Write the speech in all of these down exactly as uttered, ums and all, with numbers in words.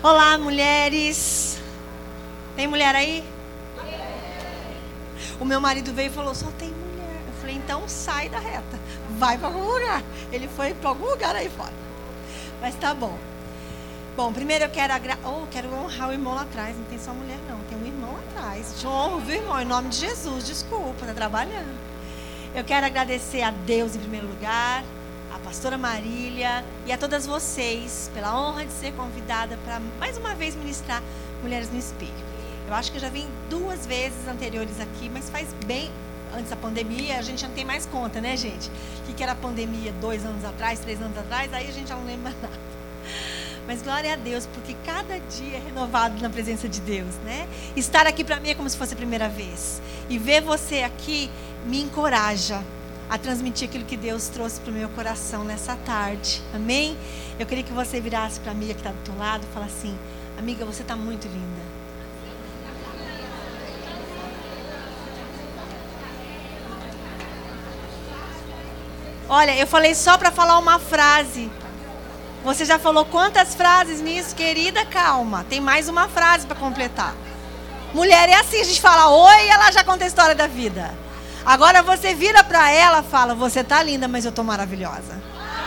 Olá, mulheres. Tem mulher aí? O meu marido veio e falou, só tem mulher. Eu falei, então sai da reta. Vai para algum lugar. Ele foi para algum lugar aí fora. Mas tá bom. Bom, primeiro eu quero, agra... oh, quero honrar o irmão lá atrás. Não tem só mulher, não. Tem um irmão lá atrás. Te honro, viu, irmão? Em nome de Jesus. Desculpa, tá trabalhando. Eu quero agradecer a Deus em primeiro lugar, a pastora Marília e a todas vocês pela honra de ser convidada para mais uma vez ministrar Mulheres no Espelho. Eu acho que eu já vim duas vezes anteriores aqui, mas faz bem... Antes da pandemia, a gente já não tem mais conta, né, gente? O que era a pandemia dois anos atrás, três anos atrás, aí a gente já não lembra nada. Mas glória a Deus, porque cada dia é renovado na presença de Deus, né? Estar aqui para mim é como se fosse a primeira vez. E ver você aqui me encoraja a transmitir aquilo que Deus trouxe para o meu coração nessa tarde. Amém? Eu queria que você virasse para a amiga que está do teu lado e falasse assim, amiga, você está muito linda. Olha, eu falei só para falar uma frase. Você já falou quantas frases nisso, querida? Calma, tem mais uma frase para completar. Mulher é assim, a gente fala oi e ela já conta a história da vida. Agora você vira para ela e fala, você tá linda, mas eu tô maravilhosa.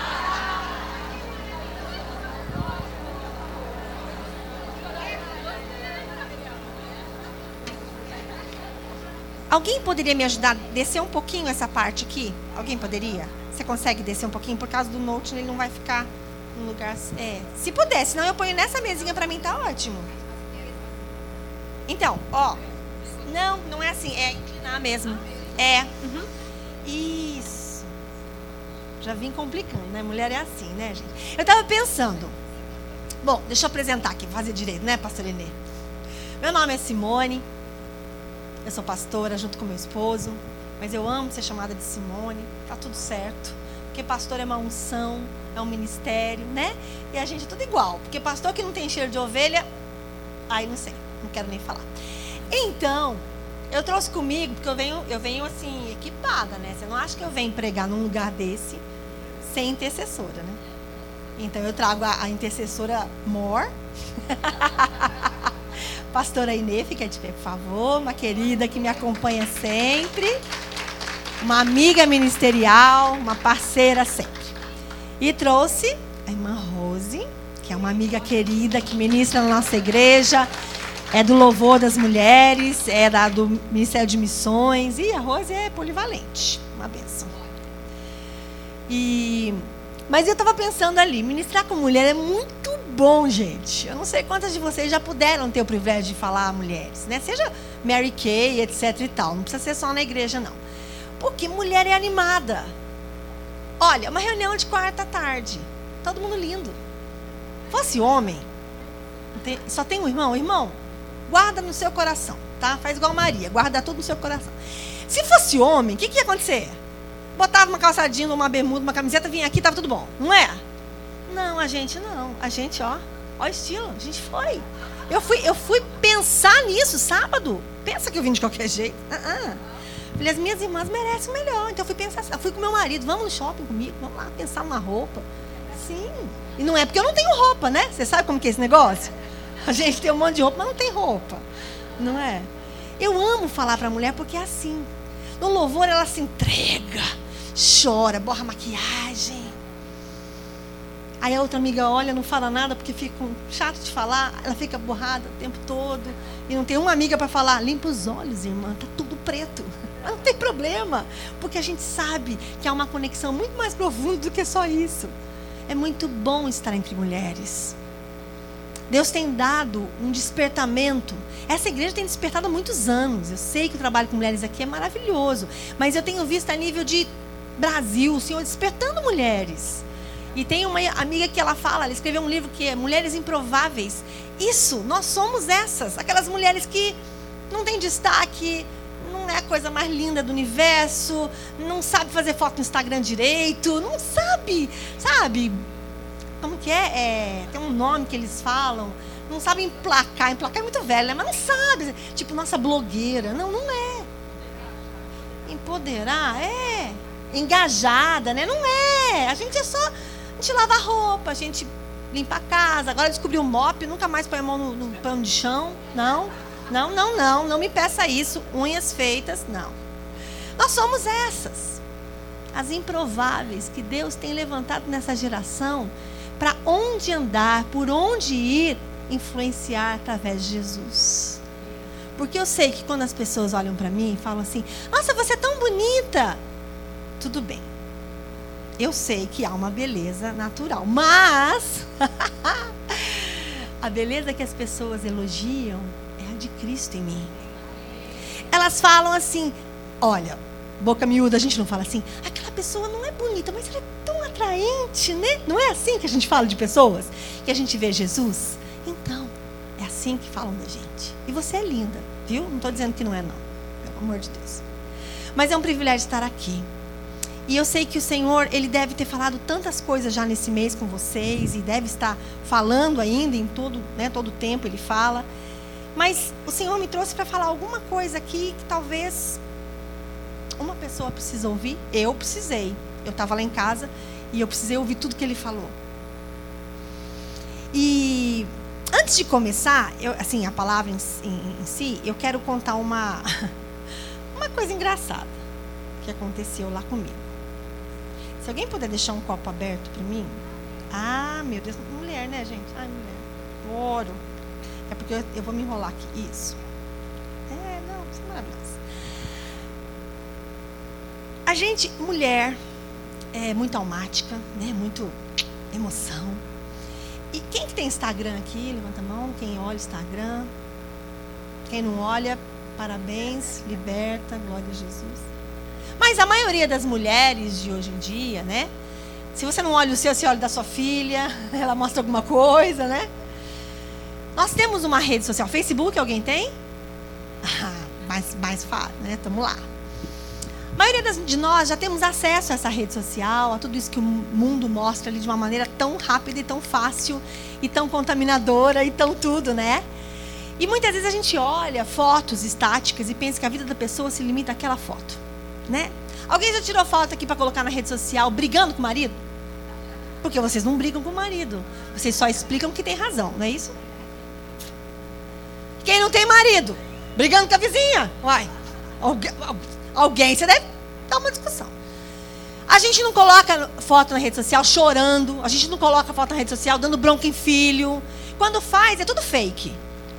Alguém poderia me ajudar a descer um pouquinho essa parte aqui? Alguém poderia? Você consegue descer um pouquinho? Por causa do note, ele não vai ficar no lugar... É, se puder, senão eu ponho nessa mesinha, pra mim tá ótimo. Então, ó. Não, não é assim, é inclinar mesmo. É. Uhum. Isso. Já vim complicando, né? Mulher é assim, né, gente? Eu tava pensando... Bom, deixa eu apresentar aqui, fazer direito, né, pastor Inê? Meu nome é Simone. Eu sou pastora junto com meu esposo, mas eu amo ser chamada de Simone, tá tudo certo, porque pastor é uma unção, é um ministério, né? E a gente é tudo igual, porque pastor que não tem cheiro de ovelha, aí não sei, não quero nem falar. Então, eu trouxe comigo, porque eu venho, eu venho assim, equipada, né? Você não acha que eu venho pregar num lugar desse sem intercessora, né? Então eu trago a, a intercessora Mor. Pastora Inê, fica de pé, por favor. Uma querida que me acompanha sempre. Uma amiga ministerial, uma parceira sempre. E trouxe a irmã Rose, que é uma amiga querida que ministra na nossa igreja. É do Louvor das Mulheres, é da, do Ministério de Missões. E a Rose é polivalente, uma bênção. E... Mas eu estava pensando ali, ministrar com mulher é muito bom, gente. Eu não sei quantas de vocês já puderam ter o privilégio de falar a mulheres, né? Seja Mary Kay, etc e tal. Não precisa ser só na igreja, não. Porque mulher é animada. Olha, uma reunião de quarta tarde. Todo mundo lindo. Fosse homem, tem, só tem um irmão. Irmão, guarda no seu coração, tá? Faz igual Maria, guarda tudo no seu coração. Se fosse homem, o que, que ia acontecer? Botava uma calçadinha, uma bermuda, uma camiseta, vinha aqui, tava tudo bom. Não é? Não, a gente não. A gente, ó, ó o estilo. A gente foi. Eu fui, eu fui pensar nisso sábado. Pensa que eu vim de qualquer jeito. Uh-uh. Falei, as minhas irmãs merecem o melhor. Então eu fui pensar, eu fui com meu marido, vamos no shopping comigo, vamos lá pensar numa roupa. Sim. E não é porque eu não tenho roupa, né? Você sabe como que é esse negócio? A gente tem um monte de roupa, mas não tem roupa. Não é? Eu amo falar pra mulher porque é assim. No louvor ela se entrega. Chora, borra maquiagem. Aí a outra amiga olha, não fala nada porque fica chato de falar. Ela fica borrada o tempo todo. E não tem uma amiga para falar, limpa os olhos, irmã, tá tudo preto. Mas não tem problema, porque a gente sabe que há uma conexão muito mais profunda do que só isso. É muito bom estar entre mulheres. Deus tem dado um despertamento. Essa igreja tem despertado há muitos anos. Eu sei que o trabalho com mulheres aqui é maravilhoso, mas eu tenho visto a nível de Brasil, o Senhor despertando mulheres. E tem uma amiga que ela fala, ela escreveu um livro que é Mulheres Improváveis. Isso, nós somos essas, aquelas mulheres que não têm destaque, não é a coisa mais linda do universo, não sabe fazer foto no Instagram direito, não sabe, sabe? Como que é? é? Tem um nome que eles falam, não sabe emplacar, emplacar é muito velho, né? Mas não sabe, tipo, nossa blogueira, não, não é. Empoderar, é. Engajada, né? Não é. A gente é só, a gente lava roupa, a gente limpa a casa, agora descobriu o mop, nunca mais põe a mão no, no pano de chão. Não, não, não, não, não me peça isso. Unhas feitas, não. Nós somos essas, as improváveis que Deus tem levantado nessa geração para onde andar, por onde ir, influenciar através de Jesus. Porque eu sei que quando as pessoas olham para mim e falam assim, nossa, você é tão bonita. Tudo bem. Eu sei que há uma beleza natural, mas a beleza que as pessoas elogiam é a de Cristo em mim. Elas falam assim, olha, boca miúda, a gente não fala assim, aquela pessoa não é bonita, mas ela é tão atraente, né? Não é assim que a gente fala de pessoas? Que a gente vê Jesus? Então, é assim que falam da gente. E você é linda, viu? Não estou dizendo que não é, não. Pelo amor de Deus. Mas é um privilégio estar aqui. E eu sei que o Senhor, Ele deve ter falado tantas coisas já nesse mês com vocês, e deve estar falando ainda em todo, né, todo o tempo Ele fala. Mas o Senhor me trouxe para falar alguma coisa aqui que talvez uma pessoa precisa ouvir. Eu precisei. Eu estava lá em casa e eu precisei ouvir tudo que Ele falou. E antes de começar, eu, assim, a palavra em, em, em si, eu quero contar uma, uma coisa engraçada que aconteceu lá comigo. Se alguém puder deixar um copo aberto para mim. Ah, meu Deus, mulher, né, gente? Ai, mulher, adoro. É porque eu, eu vou me enrolar aqui. Isso. É, não, isso é maravilhoso. A gente, mulher, é muito almática, né? Muito emoção. E quem que tem Instagram aqui? Levanta a mão. Quem olha o Instagram? Quem não olha, parabéns, liberta, glória a Jesus. Mas a maioria das mulheres de hoje em dia, né? Se você não olha o seu, você olha da sua filha, ela mostra alguma coisa, né? Nós temos uma rede social, Facebook, alguém tem? Ah, mais, mais fácil, né? Estamos lá. A maioria das, de nós já temos acesso a essa rede social, a tudo isso que o mundo mostra ali de uma maneira tão rápida e tão fácil, e tão contaminadora, e tão tudo, né? E muitas vezes a gente olha fotos estáticas e pensa que a vida da pessoa se limita àquela foto. Né? Alguém já tirou foto aqui para colocar na rede social brigando com o marido? Porque vocês não brigam com o marido. Vocês só explicam que tem razão, não é isso? Quem não tem marido? Brigando com a vizinha? Uai, alguém, alguém você deve dar uma discussão. A gente não coloca foto na rede social chorando. A gente não coloca foto na rede social dando bronca em filho. Quando faz, é tudo fake.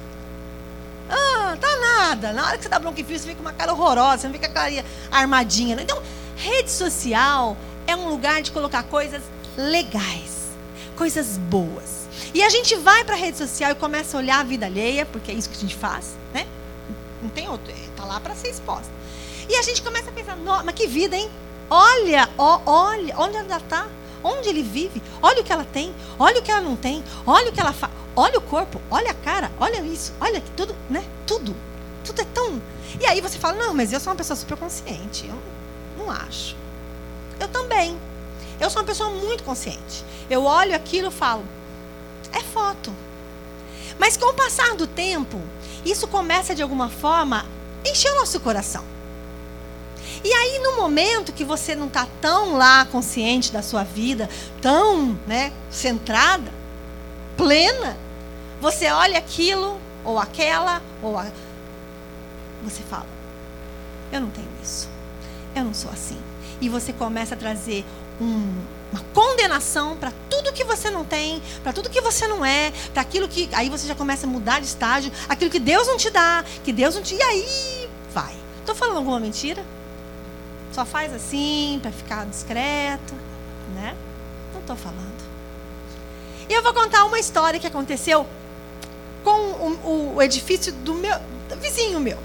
Ah, tá nada. Na hora que você dá bronca em filho, você fica com uma cara horrorosa, você não fica com a carinha armadinha. Né? Então, rede social é um lugar de colocar coisas legais, coisas boas. E a gente vai para a rede social e começa a olhar a vida alheia, porque é isso que a gente faz, né? Não tem outro, tá lá para ser exposta. E a gente começa a pensar, mas que vida, hein? Olha, ó, olha, onde ela está, onde ele vive, olha o que ela tem, olha o que ela não tem, olha o que ela faz. Olha o corpo, olha a cara, olha isso, olha tudo, né? Tudo. Tudo é tão... E aí você fala, não, mas eu sou uma pessoa super consciente. Eu não, não acho. Eu também. Eu sou uma pessoa muito consciente. Eu olho aquilo e falo, é foto. Mas com o passar do tempo, isso começa de alguma forma a encher o nosso coração. E aí no momento que você não está tão lá consciente da sua vida, tão, né, centrada, plena, você olha aquilo, ou aquela, ou a... você fala, eu não tenho isso, eu não sou assim. E você começa a trazer um, uma condenação para tudo que você não tem, para tudo que você não é, para aquilo que... Aí você já começa a mudar de estágio, aquilo que Deus não te dá, que Deus não te... E aí vai. Estou falando alguma mentira? Só faz assim, para ficar discreto, né? Não estou falando. E eu vou contar uma história que aconteceu com o, o edifício do meu do vizinho meu.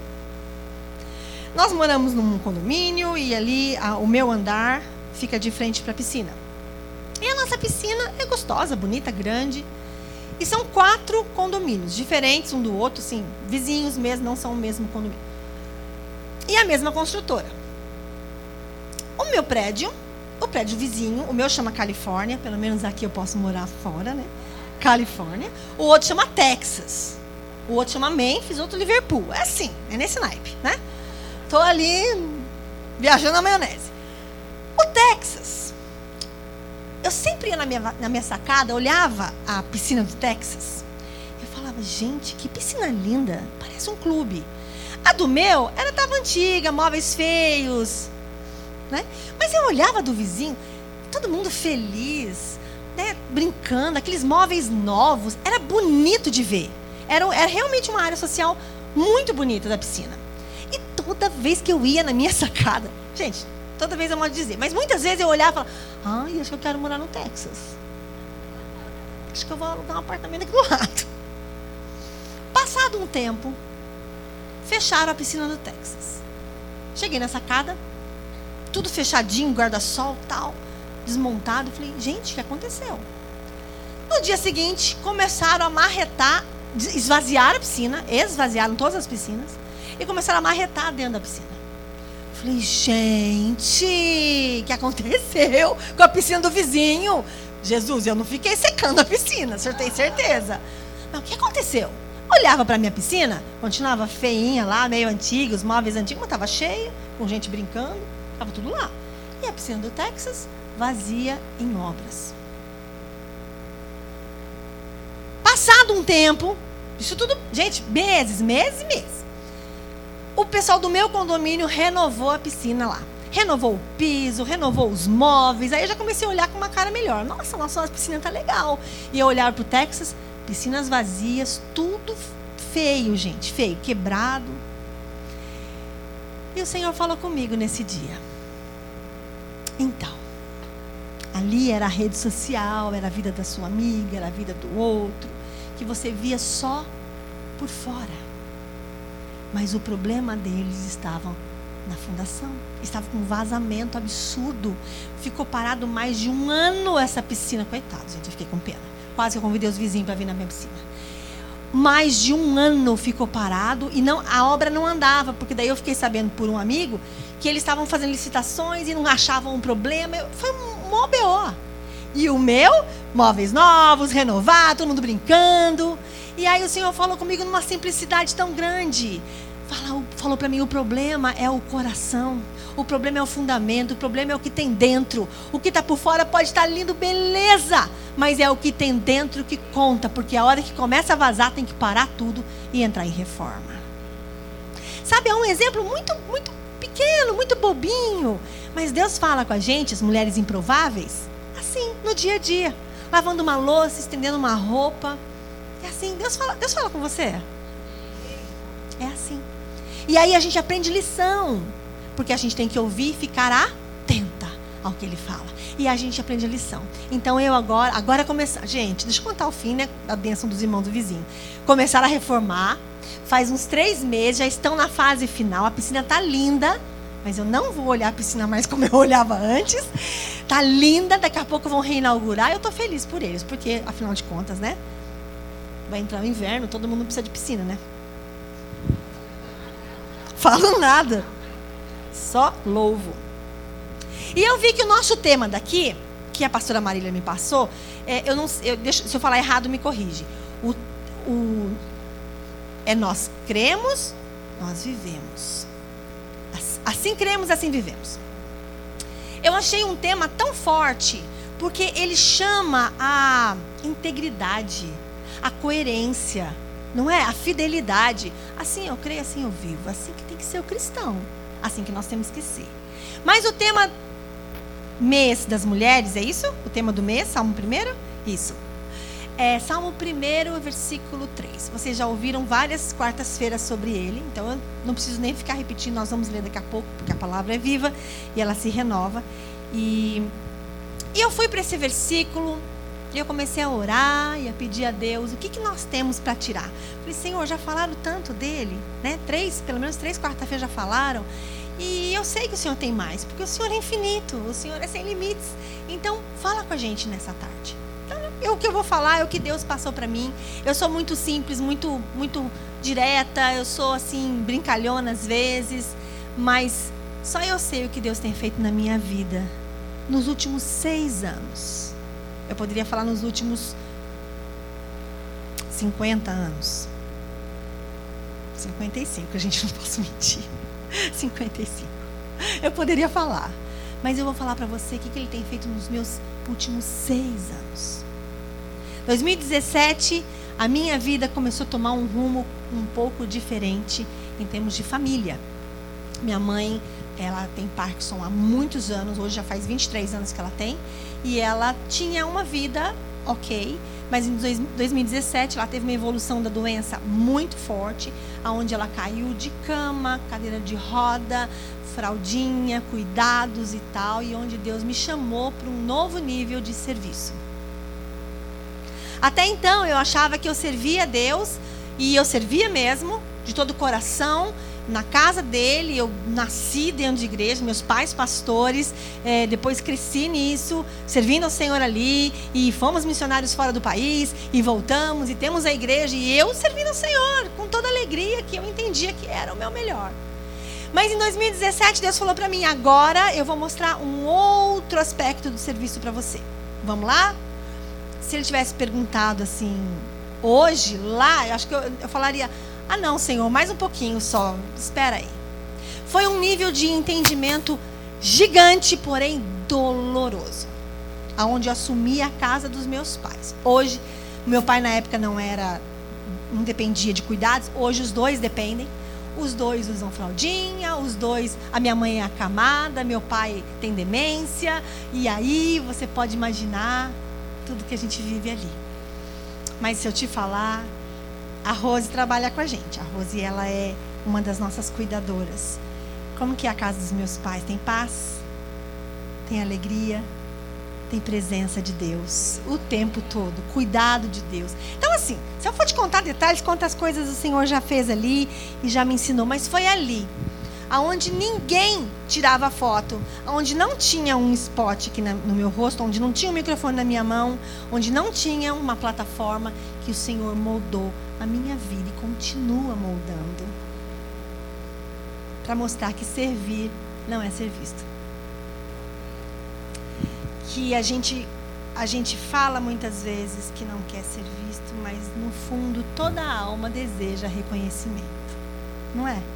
Nós moramos num condomínio e ali a, o meu andar fica de frente para a piscina. E a nossa piscina é gostosa, bonita, grande. E são quatro condomínios, diferentes um do outro, sim, vizinhos mesmo, não são o mesmo condomínio. E a mesma construtora. O meu prédio, o prédio vizinho, o meu chama Califórnia, pelo menos aqui eu posso morar fora, né? Califórnia. O outro chama Texas. O outro chama Memphis, o outro Liverpool. É assim, é nesse naipe, né? Tô ali viajando na maionese. O Texas. eu sempre ia na minha, na minha sacada, olhava a piscina do Texas. Eu falava, gente, que piscina linda, parece um clube. A do meu, ela estava antiga, móveis feios, né? Mas eu olhava do vizinho, todo mundo feliz, né? Brincando, aqueles móveis novos, era bonito de ver. Era, era realmente uma área social muito bonita da piscina. E toda vez que eu ia na minha sacada, gente, toda vez eu modo de dizer, mas muitas vezes eu olhava e falava, ai, acho que eu quero morar no Texas. Acho que eu vou alugar um apartamento aqui do lado. Passado um tempo, fecharam a piscina do Texas. Cheguei na sacada, tudo fechadinho, guarda-sol, tal, desmontado. Falei, gente, o que aconteceu? No dia seguinte, começaram a marretar, esvaziaram a piscina, esvaziaram todas as piscinas, e começaram a marretar dentro da piscina. Falei, gente, o que aconteceu com a piscina do vizinho? Jesus, eu não fiquei secando a piscina, o senhor tem certeza? Mas o que aconteceu? Olhava para a minha piscina, continuava feinha lá, meio antiga, os móveis antigos, mas estava cheia, com gente brincando, estava tudo lá. E a piscina do Texas, vazia em obras. Passado um tempo, isso tudo, gente, meses, meses e meses. O pessoal do meu condomínio renovou a piscina lá. Renovou o piso, renovou os móveis. Aí eu já comecei a olhar com uma cara melhor. Nossa, nossa, a piscina tá legal. E eu olhava pro Texas, piscinas vazias, tudo feio, gente, feio, quebrado. E o Senhor falou comigo nesse dia. Então, ali era a rede social, era a vida da sua amiga, era a vida do outro, que você via só por fora. Mas o problema deles estava na fundação. Estava com um vazamento absurdo. Ficou parado mais de um ano essa piscina. Coitado, gente, eu fiquei com pena. Quase que eu convidei os vizinhos para vir na minha piscina. Mais de um ano ficou parado e não, a obra não andava. Porque daí eu fiquei sabendo por um amigo que eles estavam fazendo licitações e não achavam um problema. Foi um mó B O. E o meu, móveis novos, renovar, todo mundo brincando. E aí o Senhor falou comigo numa simplicidade tão grande. Falou, falou para mim, o problema é o coração. O problema é o fundamento. O problema é o que tem dentro. O que está por fora pode estar lindo, beleza. Mas é o que tem dentro que conta. Porque a hora que começa a vazar, tem que parar tudo e entrar em reforma. Sabe, é um exemplo muito, muito pequeno, muito bobinho. Mas Deus fala com a gente, as mulheres improváveis, assim, no dia a dia. Lavando uma louça, estendendo uma roupa. É assim, Deus fala, Deus fala com você. É assim. E aí a gente aprende lição. Porque a gente tem que ouvir e ficar atenta ao que ele fala. E a gente aprende a lição. Então eu agora, agora começar. Gente, deixa eu contar o fim, né? Da bênção dos irmãos do vizinho. Começaram a reformar. Faz uns três meses, já estão na fase final. A piscina tá linda. Mas eu não vou olhar a piscina mais como eu olhava antes. Tá linda, daqui a pouco vão reinaugurar. Eu tô feliz por eles. Porque, afinal de contas, né? Vai entrar o inverno, todo mundo precisa de piscina, né? Falo nada. Só louvo. E eu vi que o nosso tema daqui, que a pastora Marília me passou, é, eu não, eu deixo, se eu falar errado, me corrige. O, o, é nós cremos, nós vivemos. Assim cremos, assim vivemos. Eu achei um tema tão forte, porque ele chama a integridade, a coerência, não é? A fidelidade. Assim eu creio, assim eu vivo. Assim que tem que ser o cristão. Assim que nós temos que ser. Mas o tema mês das mulheres, é isso? O tema do mês, Salmo primeiro? Isso. É Salmo primeiro, versículo três. Vocês já ouviram várias quartas-feiras sobre ele. Então eu não preciso nem ficar repetindo. Nós vamos ler daqui a pouco, porque a palavra é viva e ela se renova. E, e eu fui para esse versículo... E eu comecei a orar e a pedir a Deus, o que, que nós temos para tirar? Falei, Senhor, já falaram tanto dele, né? Três, pelo menos três quarta-feiras já falaram. E eu sei que o Senhor tem mais, porque o Senhor é infinito, o Senhor é sem limites. Então, fala com a gente nessa tarde. Então, eu, o que eu vou falar é o que Deus passou para mim. Eu sou muito simples, muito, muito direta, eu sou assim, brincalhona às vezes, mas só eu sei o que Deus tem feito na minha vida nos últimos seis anos. Eu poderia falar nos últimos cinquenta anos. cinquenta e cinco, a gente não posso mentir. cinquenta e cinco. Eu poderia falar. Mas eu vou falar para você o que, que ele tem feito nos meus últimos seis anos. dois mil e dezessete, a minha vida começou a tomar um rumo um pouco diferente em termos de família. Minha mãe, ela tem Parkinson há muitos anos, hoje já faz vinte e três anos que ela tem, e ela tinha uma vida ok, mas em dois mil e dezessete ela teve uma evolução da doença muito forte, onde ela caiu de cama, cadeira de roda, fraldinha, cuidados e tal, e onde Deus me chamou para um novo nível de serviço. Até então eu achava que eu servia a Deus, e eu servia mesmo, de todo o coração, na casa dele. Eu nasci dentro de igreja, meus pais pastores, é, depois cresci nisso, servindo ao Senhor ali, e fomos missionários fora do país, e voltamos, e temos a igreja, e eu servindo ao Senhor, com toda a alegria, que eu entendia que era o meu melhor. Mas em dois mil e dezessete, Deus falou para mim, agora eu vou mostrar um outro aspecto do serviço para você. Vamos lá? Se ele tivesse perguntado assim, hoje, lá, eu acho que eu, eu falaria, ah não, Senhor, mais um pouquinho só, espera aí. Foi um nível de entendimento gigante, porém doloroso, aonde eu assumi a casa dos meus pais. Hoje, meu pai na época não era, não dependia de cuidados, hoje os dois dependem. Os dois usam fraldinha, os dois, a minha mãe é acamada, meu pai tem demência, e aí você pode imaginar tudo que a gente vive ali. Mas se eu te falar, a Rose trabalha com a gente. A Rose, ela é uma das nossas cuidadoras. Como que é a casa dos meus pais? Tem paz, tem alegria, tem presença de Deus o tempo todo, cuidado de Deus. Então assim, se eu for te contar detalhes, quantas coisas o Senhor já fez ali e já me ensinou, mas foi ali, aonde ninguém tirava foto, onde não tinha um spot aqui no meu rosto, onde não tinha um microfone na minha mão, onde não tinha uma plataforma, que o Senhor moldou a minha vida e continua moldando, para mostrar que servir não é ser visto. Que a gente, a gente fala muitas vezes que não quer ser visto, mas no fundo toda a alma deseja reconhecimento, não é?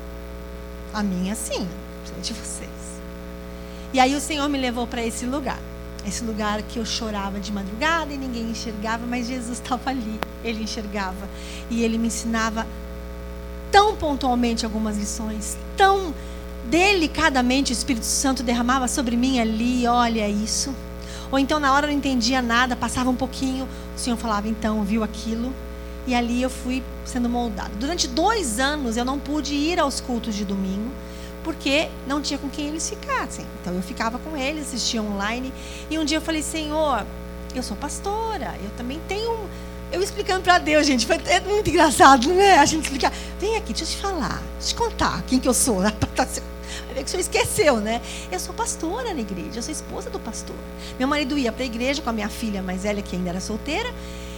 A minha sim, não sei de vocês. E aí o Senhor me levou para esse lugar, esse lugar que eu chorava de madrugada e ninguém enxergava, mas Jesus estava ali, Ele enxergava, e Ele me ensinava tão pontualmente algumas lições, tão delicadamente o Espírito Santo derramava sobre mim ali, olha isso. Ou então na hora eu não entendia nada, passava um pouquinho, o Senhor falava, então, viu aquilo? E ali eu fui sendo moldado. Durante dois anos eu não pude ir aos cultos de domingo, porque não tinha com quem eles ficassem. Então eu ficava com eles, assistia online, e um dia eu falei, Senhor, eu sou pastora, eu também tenho... Eu explicando para Deus, gente, foi é muito engraçado, né? A gente explicar, vem aqui, deixa eu te falar, deixa eu te contar quem que eu sou, né? Vai ver que o senhor esqueceu, né? Eu sou pastora na igreja, eu sou esposa do pastor. Meu marido ia para a igreja com a minha filha mais velha, que ainda era solteira,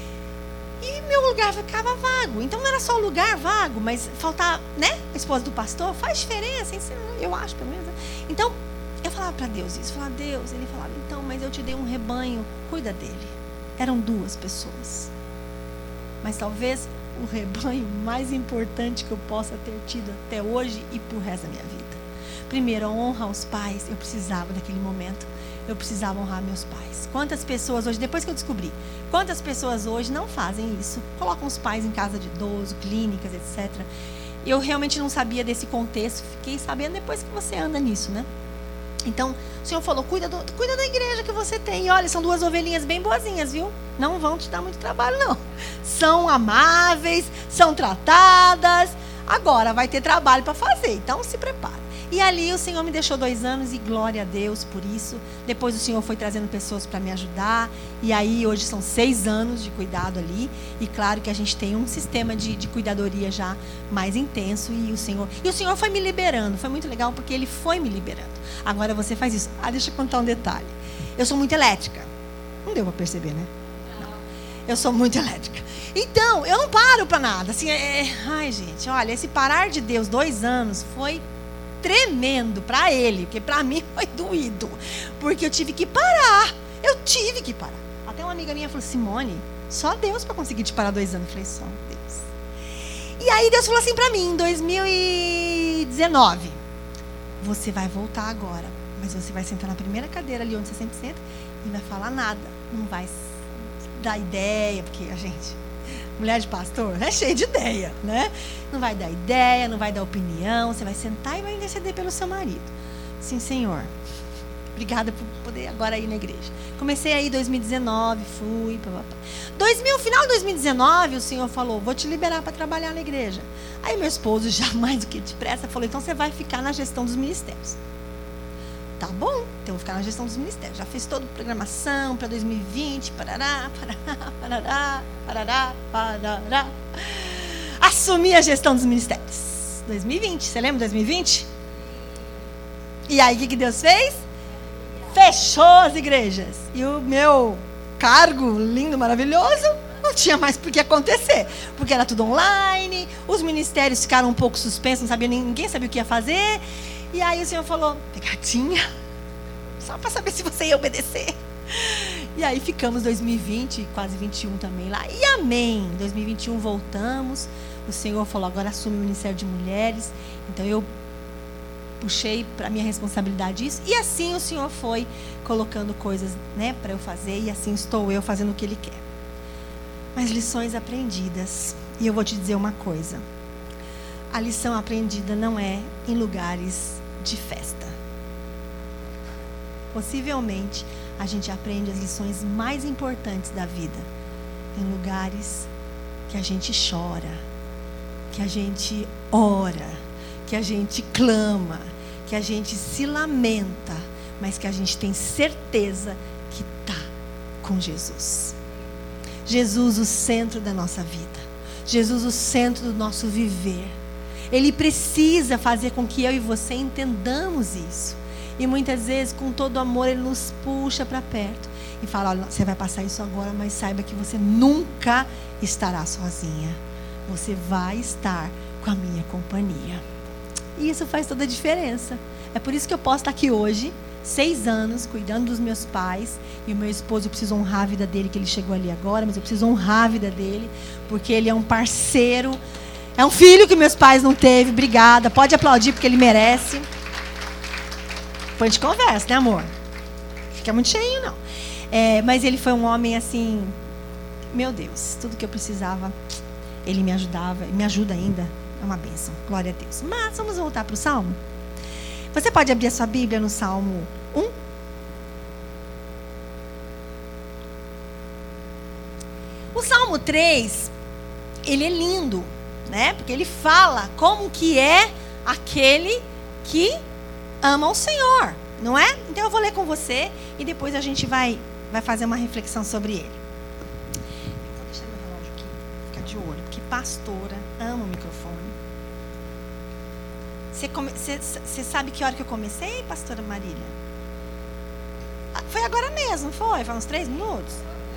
e meu lugar ficava vago. Então não era só o lugar vago, mas faltar, né? A esposa do pastor faz diferença, eu acho, pelo menos. Então, eu falava para Deus isso, eu falava, Deus, ele falava, então, mas eu te dei um rebanho, cuida dele. Eram duas pessoas. Mas talvez o rebanho mais importante que eu possa ter tido até hoje e por resto da minha vida. Primeiro, a honra aos pais. Eu precisava daquele momento. Eu precisava honrar meus pais. Quantas pessoas hoje, depois que eu descobri, quantas pessoas hoje não fazem isso? Colocam os pais em casa de idoso, clínicas, etcétera. Eu realmente não sabia desse contexto. Fiquei sabendo depois que você anda nisso, né? Então, o Senhor falou, cuida, do, cuida da igreja que você tem. E olha, são duas ovelhinhas bem boazinhas, viu? Não vão te dar muito trabalho, não. São amáveis, são tratadas. Agora vai ter trabalho para fazer, então se prepara. E ali o Senhor me deixou dois anos e glória a Deus por isso. Depois o Senhor foi trazendo pessoas para me ajudar. E aí hoje são seis anos de cuidado ali. E claro que a gente tem um sistema de, de cuidadoria já mais intenso. E o Senhor e o Senhor foi me liberando. Foi muito legal porque Ele foi me liberando. Agora você faz isso. Ah, deixa eu contar um detalhe. Eu sou muito elétrica. Não deu para perceber, né? Não. Eu sou muito elétrica. Então, eu não paro para nada. Assim, é... Ai, gente, olha, esse parar de Deus dois anos foi tremendo para Ele, porque para mim foi doído, porque eu tive que parar, eu tive que parar. Até uma amiga minha falou, Simone, só Deus para conseguir te parar dois anos. Eu falei, só Deus. E aí Deus falou assim para mim, em dois mil e dezenove, você vai voltar agora, Mas você vai sentar na primeira cadeira ali onde você sempre senta e não vai falar nada. Não vai dar ideia, porque a gente, mulher de pastor, é cheia de ideia, né? Não vai dar ideia, não vai dar opinião. Você vai sentar e vai interceder pelo seu marido. Sim, Senhor. Obrigada por poder agora ir na igreja. Comecei aí em dois mil e dezenove, fui. Pá, pá, pá. dois mil, final de dois mil e dezenove, o Senhor falou, vou te liberar para trabalhar na igreja. Aí meu esposo, já mais do que depressa, falou, então você vai ficar na gestão dos ministérios. Tá bom, então eu vou ficar na gestão dos ministérios. Já fiz toda a programação para dois mil e vinte, parará, parará, parará, parará, parará. Assumi a gestão dos ministérios. dois mil e vinte, você lembra de dois mil e vinte? E aí o que, que Deus fez? Fechou as igrejas. E o meu cargo lindo, maravilhoso, não tinha mais por que acontecer. Porque era tudo online, os ministérios ficaram um pouco suspensos, não sabia, ninguém sabia o que ia fazer. E aí o Senhor falou, pegadinha, só para saber se você ia obedecer. E aí ficamos dois mil e vinte, quase vinte e um também lá. E amém, dois mil e vinte e um voltamos. O Senhor falou, agora assume o Ministério de Mulheres. Então eu puxei para minha responsabilidade isso, e assim o Senhor foi colocando coisas, né, para eu fazer, e assim estou eu fazendo o que Ele quer. Mas lições aprendidas, e eu vou te dizer uma coisa, a lição aprendida não é em lugares de festa. Possivelmente a gente aprende as lições mais importantes da vida em lugares que a gente chora, que a gente ora, que a gente clama, que a gente se lamenta, mas que a gente tem certeza que está com Jesus. Jesus, o centro da nossa vida. Jesus, o centro do nosso viver. Ele precisa fazer com que eu e você entendamos isso. E muitas vezes, com todo amor, Ele nos puxa para perto e fala, olha, você vai passar isso agora, mas saiba que você nunca estará sozinha. Você vai estar com a minha companhia. E isso faz toda a diferença. É por isso que eu posso estar aqui hoje, seis anos, cuidando dos meus pais. E o meu esposo, eu preciso honrar a vida dele, que ele chegou ali agora, mas eu preciso honrar a vida dele, porque ele é um parceiro. É um filho que meus pais não teve. Obrigada. Pode aplaudir, porque ele merece. Depois de conversa, né, amor? Fica muito cheinho, não. É, mas ele foi um homem assim, meu Deus, tudo que eu precisava, ele me ajudava, me ajuda ainda. É uma bênção, glória a Deus. Mas vamos voltar para o Salmo? Você pode abrir a sua Bíblia no Salmo um? O Salmo três, ele é lindo, né? Porque ele fala como que é aquele que ama o Senhor, não é? Então eu vou ler com você e depois a gente vai, vai fazer uma reflexão sobre ele. Vou deixar meu relógio aqui, ficar de olho, porque pastora ama o microfone. Você, come, você, você sabe que hora que eu comecei, pastora Marília? Ah, foi agora mesmo, foi? Foi uns três minutos?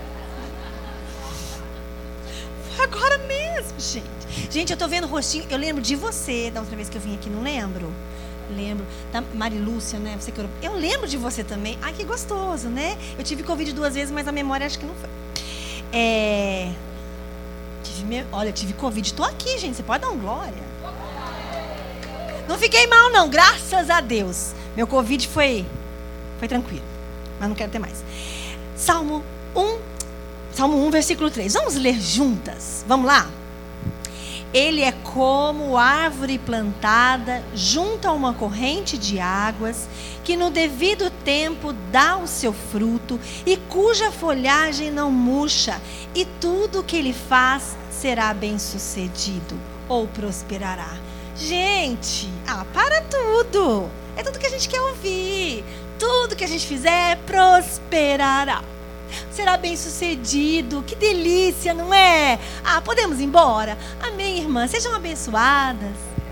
Foi agora mesmo, gente. Gente, eu tô vendo o rostinho, eu lembro de você, da outra vez que eu vim aqui, não lembro? Lembro. Da Marilúcia, né? Você que eu... eu lembro de você também. Ai, que gostoso, né? Eu tive Covid duas vezes, mas a memória acho que não foi. É... Tive me... Olha, eu tive Covid. Tô aqui, gente. Você pode dar um glória? Não fiquei mal, não. Graças a Deus. Meu Covid foi... Foi tranquilo. Mas não quero ter mais. Salmo um. Salmo um, versículo três. Vamos ler juntas? Vamos lá? Ele é como árvore plantada junto a uma corrente de águas, que no devido tempo dá o seu fruto e cuja folhagem não murcha, e tudo que ele faz será bem-sucedido ou prosperará. Gente, ah, para tudo. É tudo que a gente quer ouvir. Tudo que a gente fizer prosperará. Será bem sucedido, que delícia, não é? Ah, podemos ir embora? Amém, irmãs, sejam abençoadas.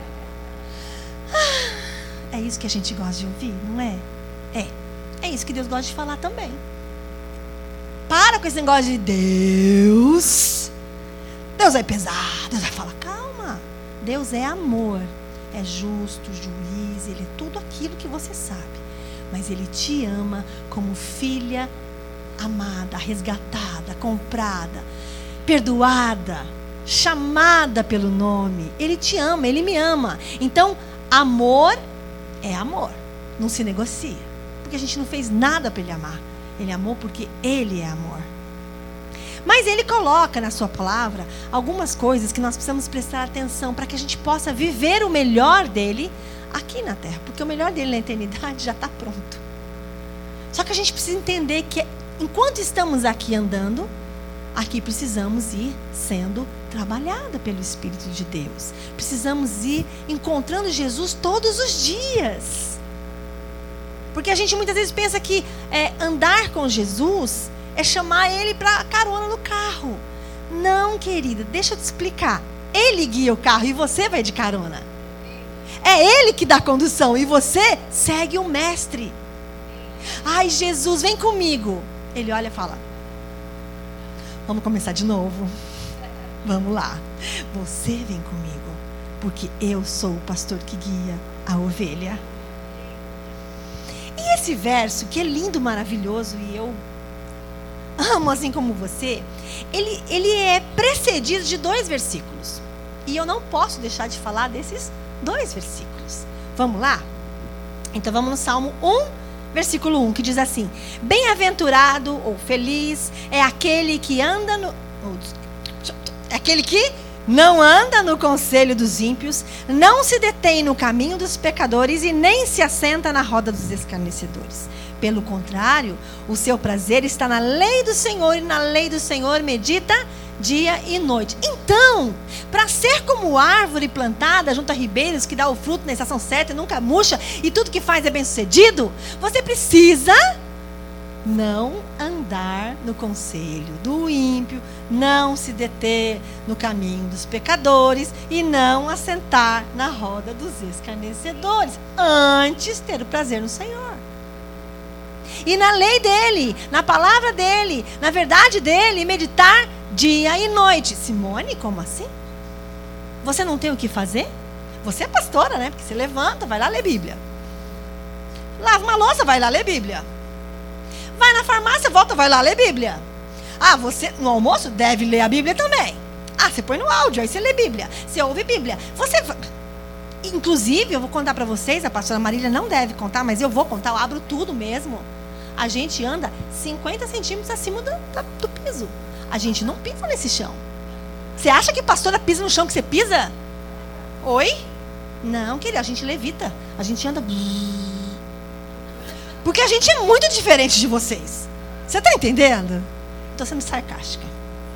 Ah, é isso que a gente gosta de ouvir, não é? É, é isso que Deus gosta de falar também. Para com esse negócio de Deus. Deus vai pesar, Deus vai falar, calma. Deus é amor, é justo, juiz, Ele é tudo aquilo que você sabe. Mas Ele te ama como filha amada, resgatada, comprada, perdoada, chamada pelo nome. Ele te ama, Ele me ama. Então, amor é amor, não se negocia. porque a gente não fez nada para Ele amar. Ele amou porque Ele é amor. Mas Ele coloca na sua palavra algumas coisas que nós precisamos prestar atenção para que a gente possa viver o melhor dEle aqui na terra. Porque o melhor dEle na eternidade já está pronto. Só que a gente precisa entender que enquanto estamos aqui andando, aqui precisamos ir sendo trabalhada pelo Espírito de Deus. Precisamos ir encontrando Jesus todos os dias. Porque a gente muitas vezes pensa que é, andar com Jesus é chamar Ele para carona no carro. Não, querida, deixa eu te explicar. Ele guia o carro e você vai de carona. É Ele que dá a condução e você segue o mestre. Ai, Jesus, vem comigo. Ele olha e fala: vamos começar de novo. Vamos lá. Você vem comigo, porque eu sou o pastor que guia a ovelha. E esse verso, que é lindo, maravilhoso, e eu amo assim como você, ele, ele é precedido de dois versículos. E eu não posso deixar de falar desses dois versículos. Vamos lá? Então vamos no Salmo um, versículo um, que diz assim: bem-aventurado ou feliz é aquele que anda no... É aquele que não anda no conselho dos ímpios, não se detém no caminho dos pecadores e nem se assenta na roda dos escarnecedores. Pelo contrário, o seu prazer está na lei do Senhor, e na lei do Senhor medita dia e noite. Então, para ser como árvore plantada junto a ribeiros, que dá o fruto na estação certa e nunca murcha, e tudo que faz é bem sucedido, você precisa não andar no conselho do ímpio, não se deter no caminho dos pecadores e não assentar na roda dos escarnecedores. Antes, ter o prazer no Senhor. E na lei dele, na palavra dele, na verdade dele, meditar dia e noite. Simone, como assim? Você não tem o que fazer? Você é pastora, né? Porque você levanta, vai lá ler Bíblia. Lava uma louça, vai lá ler Bíblia. Vai na farmácia, volta, vai lá ler Bíblia. Ah, você no almoço deve ler a Bíblia também. Ah, você põe no áudio, aí você lê Bíblia. Você ouve Bíblia. Você... Inclusive, eu vou contar para vocês, a pastora Marília não deve contar, mas eu vou contar, eu abro tudo mesmo. A gente anda cinquenta centímetros acima do, do piso. A gente não pisa nesse chão. Você acha que pastora pisa no chão que você pisa? Oi? Não, querida, a gente levita. A gente anda... Porque a gente é muito diferente de vocês. Você está entendendo? Estou sendo sarcástica.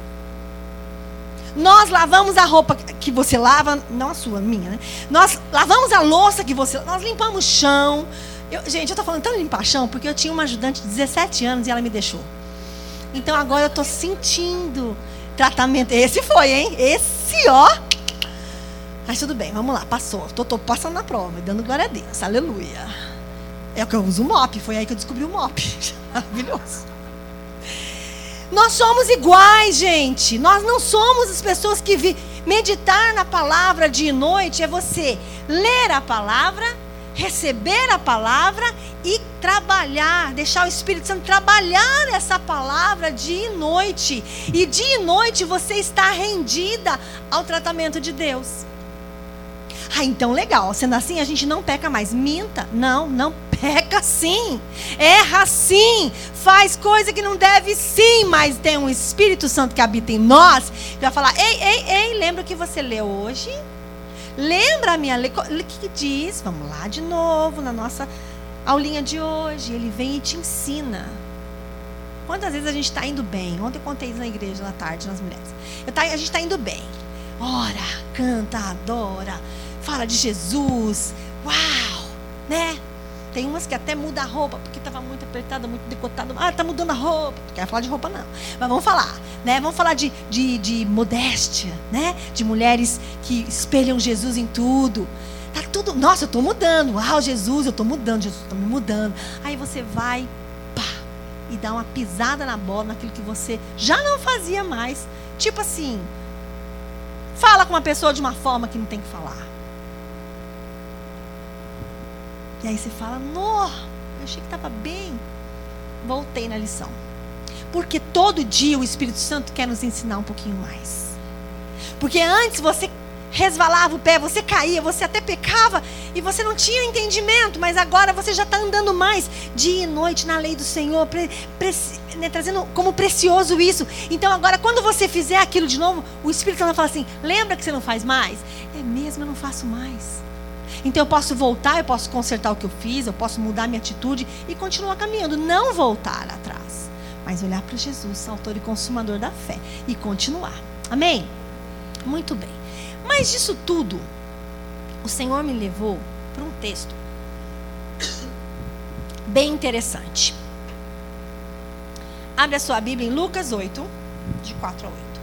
Nós lavamos a roupa que você lava, não a sua, a minha, né? Nós lavamos a louça que você... Nós limpamos o chão. Eu, gente, eu estou falando tanto de limpar chão, porque eu tinha uma ajudante de dezessete anos e ela me deixou. Então agora eu estou sentindo tratamento. Esse foi, hein? Esse, ó. Mas tudo bem, vamos lá, passou. Estou passando na prova, dando glória a Deus. Aleluia. É o que eu uso o mop, foi aí que eu descobri o mop. Maravilhoso. Nós somos iguais, gente. Nós não somos as pessoas que vi... meditar na palavra dia e noite é você ler a palavra, receber a palavra e trabalhar, deixar o Espírito Santo trabalhar essa palavra dia e noite. E dia e noite você está rendida ao tratamento de Deus. Ah, então legal, sendo assim a gente não peca mais. Minta, não, não peca sim, erra sim, faz coisa que não deve sim, mas tem um Espírito Santo que habita em nós, que vai falar: ei, ei, ei, lembra o que você leu hoje? Lembra a minha lei? O que diz? Vamos lá de novo na nossa aulinha de hoje. Ele vem e te ensina. Quantas vezes a gente está indo bem? Ontem eu contei isso na igreja, na tarde, nas mulheres. Eu tá, a gente está indo bem. Ora, canta, adora, fala de Jesus. Uau, né? Tem umas que até muda a roupa, porque estava muito apertada, muito decotada. Ah, está mudando a roupa. Não quero falar de roupa, não. Mas vamos falar, né? Vamos falar de, de, de modéstia, né? De mulheres que espelham Jesus em tudo. Tá tudo... Nossa, eu estou mudando. Uau, Jesus, eu estou mudando. Jesus está me mudando. Aí você vai, pá, e dá uma pisada na bola, naquilo que você já não fazia mais. Tipo assim, fala com uma pessoa de uma forma que não tem que falar. E aí você fala: nó, eu achei que estava bem. Voltei na lição. Porque todo dia o Espírito Santo quer nos ensinar um pouquinho mais. Porque antes você resvalava o pé, você caía, você até pecava e você não tinha entendimento, mas agora você já está andando mais dia e noite na lei do Senhor, pre, pre, né, trazendo como precioso isso. Então agora quando você fizer aquilo de novo, o Espírito Santo fala assim, lembra que você não faz mais? É mesmo, eu não faço mais. Então eu posso voltar, eu posso consertar o que eu fiz, eu posso mudar minha atitude e continuar caminhando, não voltar atrás, mas olhar para Jesus, autor e consumador da fé, e continuar. Amém? Muito bem. Mas disso tudo, o Senhor me levou para um texto bem interessante. Abre a sua Bíblia em Lucas oito, de quatro a oito.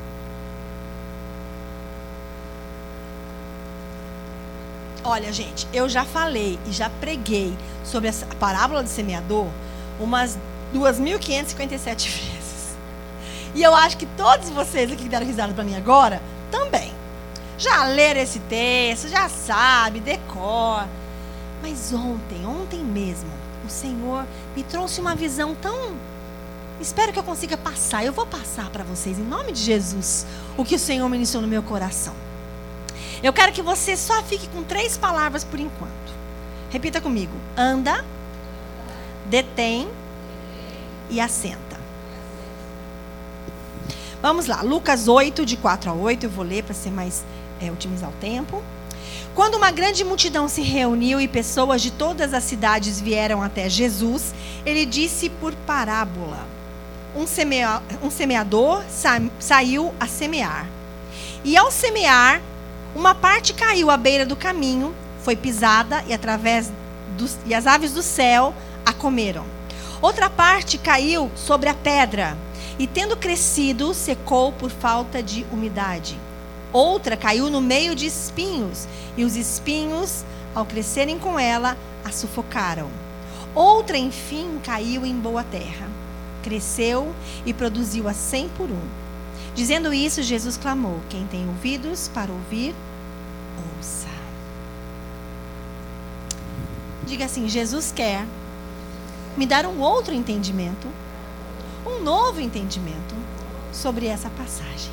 Olha, gente, eu já falei e já preguei sobre a parábola do semeador umas duas mil quinhentas e cinquenta e sete vezes. E eu acho que todos vocês aqui que deram risada para mim agora, também. Já leram esse texto, já sabe, decor. Mas ontem, ontem mesmo, o Senhor me trouxe uma visão tão... Espero que eu consiga passar. Eu vou passar para vocês, em nome de Jesus, o que o Senhor ministrou no meu coração. Eu quero que você só fique com três palavras por enquanto. Repita comigo. Anda, detém e assenta. Vamos lá. Lucas oito, de quatro a oito. Eu vou ler para ser mais, é, otimizar o tempo. Quando uma grande multidão se reuniu e pessoas de todas as cidades vieram até Jesus, ele disse por parábola. Um, semea, um semeador sa, saiu a semear. E ao semear, uma parte caiu à beira do caminho, foi pisada e, através dos, e as aves do céu a comeram. Outra parte caiu sobre a pedra e, tendo crescido, secou por falta de umidade. Outra caiu no meio de espinhos e os espinhos, ao crescerem com ela, a sufocaram. Outra, enfim, caiu em boa terra. Cresceu e produziu a cem por um. Dizendo isso, Jesus clamou: quem tem ouvidos para ouvir, ouça. Diga assim: Jesus quer me dar um outro entendimento, um novo entendimento sobre essa passagem.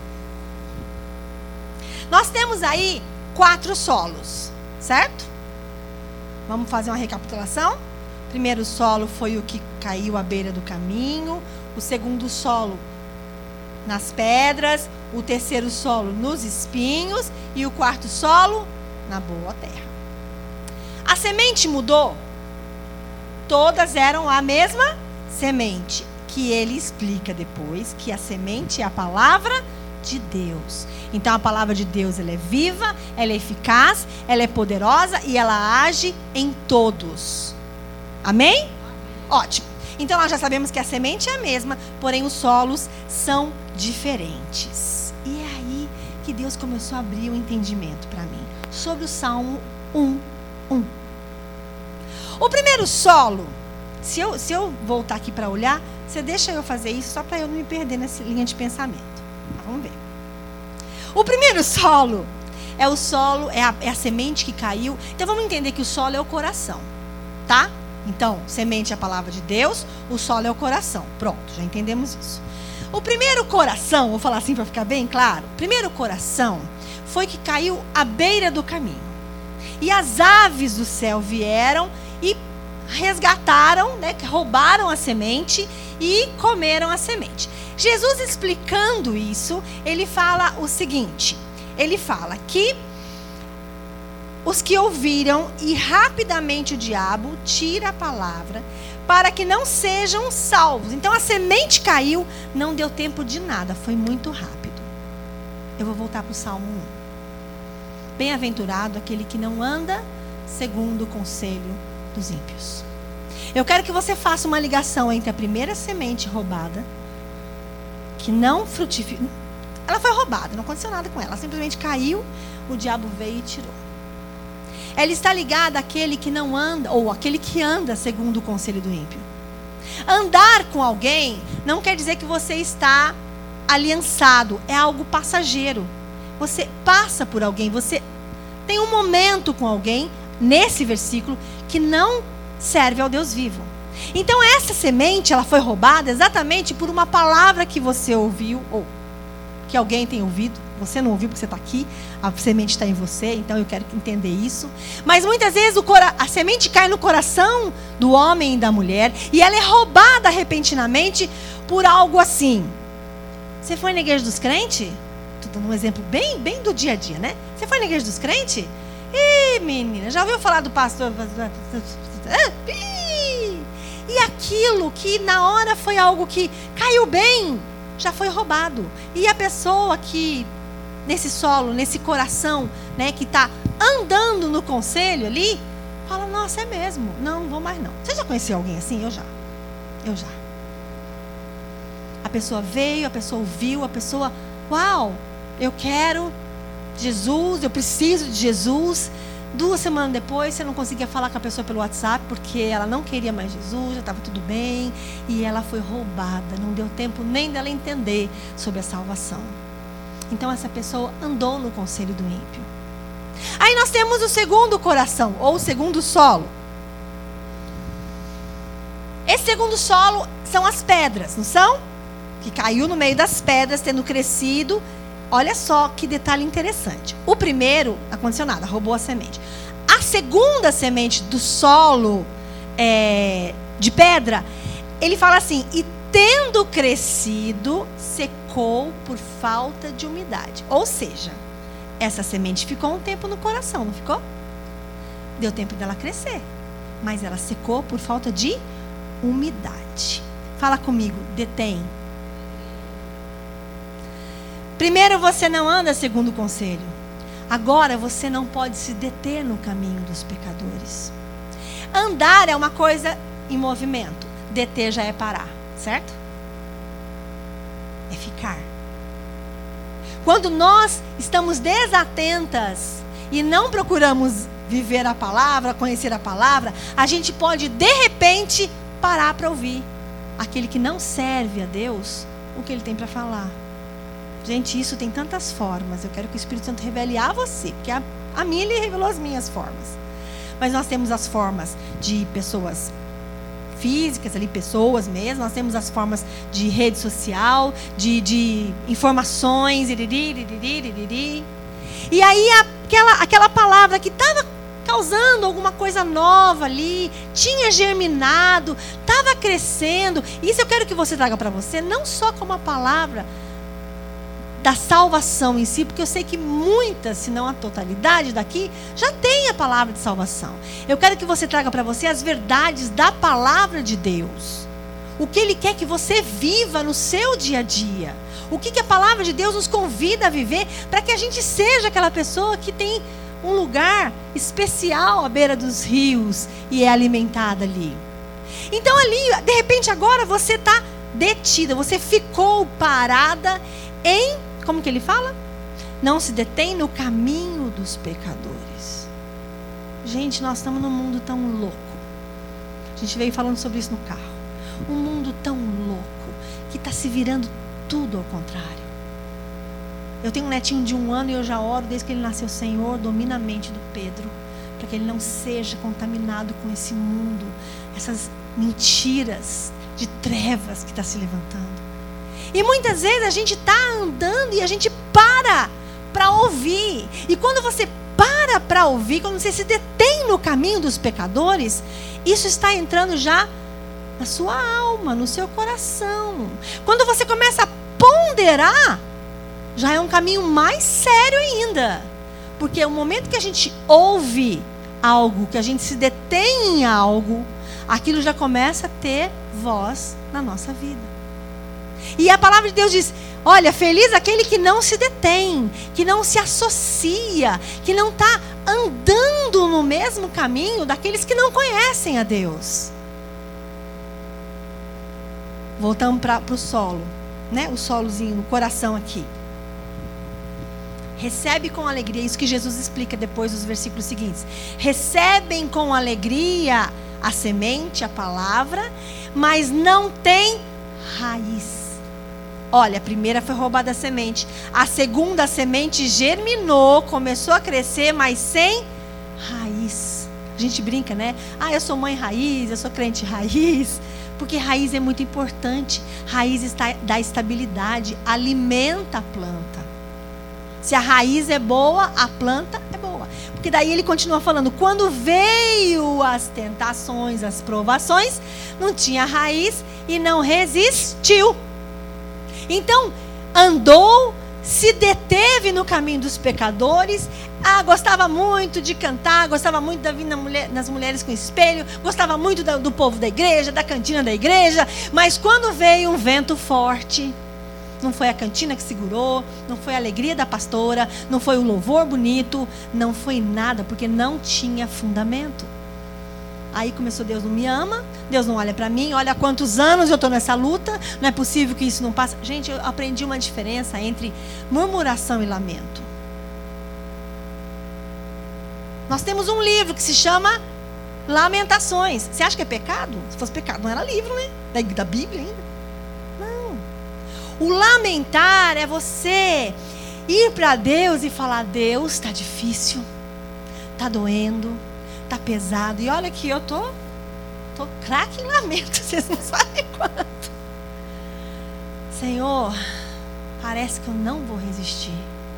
Nós temos aí quatro solos, certo? Vamos fazer uma recapitulação? O primeiro solo foi o que caiu à beira do caminho. O segundo solo nas pedras, o terceiro solo nos espinhos e o quarto solo na boa terra. A semente mudou? Todas eram a mesma semente, que ele explica depois que a semente é a palavra de Deus. Então a palavra de Deus, ela é viva, ela é eficaz, ela é poderosa e ela age em todos. Amém? Amém. Ótimo. Então nós já sabemos que a semente é a mesma, porém os solos são diferentes. E é aí que Deus começou a abrir o entendimento para mim sobre o Salmo um, um. O primeiro solo, se eu, se eu voltar aqui para olhar, você deixa eu fazer isso só para eu não me perder nessa linha de pensamento. Tá, vamos ver. O primeiro solo é o solo, é a, é a semente que caiu. Então vamos entender que o solo é o coração, tá? Então, semente é a palavra de Deus, o solo é o coração. Pronto, já entendemos isso. O primeiro coração, vou falar assim para ficar bem claro. O primeiro coração foi que caiu à beira do caminho. E as aves do céu vieram e resgataram, né, roubaram a semente e comeram a semente. Jesus explicando isso, ele fala o seguinte. Ele fala que os que ouviram e rapidamente o diabo tira a palavra para que não sejam salvos. Então a semente caiu, não deu tempo de nada, foi muito rápido. Eu vou voltar para o Salmo um. Bem-aventurado aquele que não anda segundo o conselho dos ímpios. Eu quero que você faça uma ligação entre a primeira semente roubada, que não frutificou. Ela foi roubada, não aconteceu nada com ela, ela simplesmente caiu, o diabo veio e tirou. Ela está ligada àquele que não anda, ou aquele que anda segundo o conselho do ímpio. Andar com alguém não quer dizer que você está aliançado, é algo passageiro. Você passa por alguém, você tem um momento com alguém, nesse versículo, que não serve ao Deus vivo. Então essa semente, ela foi roubada exatamente por uma palavra que você ouviu, ou que alguém tenha ouvido. Você não ouviu porque você está aqui, a semente está em você, então eu quero entender isso. Mas muitas vezes o cora- a semente cai no coração do homem e da mulher e ela é roubada repentinamente por algo assim. Você foi na igreja dos crentes? Estou dando um exemplo bem, bem do dia a dia, né? Você foi na igreja dos crentes? Ih, menina, já ouviu falar do pastor? E aquilo que na hora foi algo que caiu bem, já foi roubado. E a pessoa que, nesse solo, nesse coração, né, que está andando no conselho ali, fala, nossa, é mesmo, não, não vou mais não. Você já conheceu alguém assim? Eu já, eu já. A pessoa veio, a pessoa ouviu, a pessoa, uau, eu quero Jesus, eu preciso de Jesus. Duas semanas depois, você não conseguia falar com a pessoa pelo WhatsApp, porque ela não queria mais Jesus, já estava tudo bem, e ela foi roubada. Não deu tempo nem dela entender sobre a salvação. Então, essa pessoa andou no conselho do ímpio. Aí nós temos o segundo coração, ou o segundo solo. Esse segundo solo são as pedras, não são? Que caiu no meio das pedras, tendo crescido. Olha só que detalhe interessante. O primeiro, não aconteceu nada, roubou a semente. A segunda semente do solo é, de pedra, ele fala assim, e tendo crescido, secou por falta de umidade. Ou seja, essa semente ficou um tempo no coração, não ficou? Deu tempo dela crescer, mas ela secou por falta de umidade. Fala comigo, detém. Primeiro, você não anda segundo o conselho. Agora, você não pode se deter no caminho dos pecadores. Andar é uma coisa em movimento. Deter já é parar, certo? É ficar. Quando nós estamos desatentas e não procuramos viver a palavra, conhecer a palavra, a gente pode, de repente, parar para ouvir aquele que não serve a Deus, o que ele tem para falar. Gente, isso tem tantas formas. Eu quero que o Espírito Santo revele a você, porque a, a mim ele revelou as minhas formas. Mas nós temos as formas de pessoas físicas, ali, pessoas mesmo. Nós temos as formas de rede social, de, de informações. Iriri, iriri, iriri. E aí aquela, aquela palavra que estava causando alguma coisa nova ali, tinha germinado, estava crescendo. Isso eu quero que você traga para você, não só como a palavra da salvação em si, porque eu sei que muitas, se não a totalidade daqui, já tem a palavra de salvação. Eu quero que você traga para você as verdades da palavra de Deus. O que Ele quer que você viva no seu dia a dia. O que, que a palavra de Deus nos convida a viver, para que a gente seja aquela pessoa que tem um lugar especial à beira dos rios e é alimentada ali. Então ali, de repente agora você está detida, você ficou parada em, como que ele fala? Não se detém no caminho dos pecadores. Gente, nós estamos num mundo tão louco. A gente veio falando sobre isso no carro. Um mundo tão louco, que está se virando tudo ao contrário. Eu tenho um netinho de um ano e eu já oro desde que ele nasceu. Senhor, domina a mente do Pedro, para que ele não seja contaminado com esse mundo, essas mentiras de trevas que está se levantando. E muitas vezes a gente está andando e a gente para para ouvir. E quando você para para ouvir, quando você se detém no caminho dos pecadores, isso está entrando já na sua alma, no seu coração. Quando você começa a ponderar, já é um caminho mais sério ainda. Porque o momento que a gente ouve algo, que a gente se detém em algo, aquilo já começa a ter voz na nossa vida. E a palavra de Deus diz, olha, feliz aquele que não se detém, que não se associa, que não está andando no mesmo caminho daqueles que não conhecem a Deus. Voltamos para o solo, né? O solozinho, o coração aqui. Recebe com alegria, isso que Jesus explica depois dos versículos seguintes. Recebem com alegria a semente, a palavra, mas não tem raiz. Olha, a primeira foi roubada a semente. A segunda semente germinou, começou a crescer, mas sem raiz. A gente brinca, né? Ah, eu sou mãe raiz, eu sou crente raiz. Porque raiz é muito importante. Raiz está, dá estabilidade, alimenta a planta. Se a raiz é boa, a planta é boa. Porque daí ele continua falando, quando veio as tentações, as provações, não tinha raiz e não resistiu. Então, andou, se deteve no caminho dos pecadores. Ah, gostava muito de cantar, gostava muito de vir na mulher, nas mulheres com espelho, gostava muito do, do povo da igreja, da cantina da igreja. Mas quando veio um vento forte, não foi a cantina que segurou, não foi a alegria da pastora, não foi o louvor bonito, não foi nada, porque não tinha fundamento. Aí começou, Deus não me ama, Deus não olha para mim, olha há quantos anos eu estou nessa luta, não é possível que isso não passe. Gente, eu aprendi uma diferença entre murmuração e lamento. Nós temos um livro que se chama Lamentações. Você acha que é pecado? Se fosse pecado, não era livro, né? Da, da Bíblia ainda. Não. O lamentar é você ir para Deus e falar, Deus, está difícil, está doendo, está pesado. E olha que eu tô, tô craque em lamento, vocês não sabem quanto. Senhor, parece que eu não vou resistir.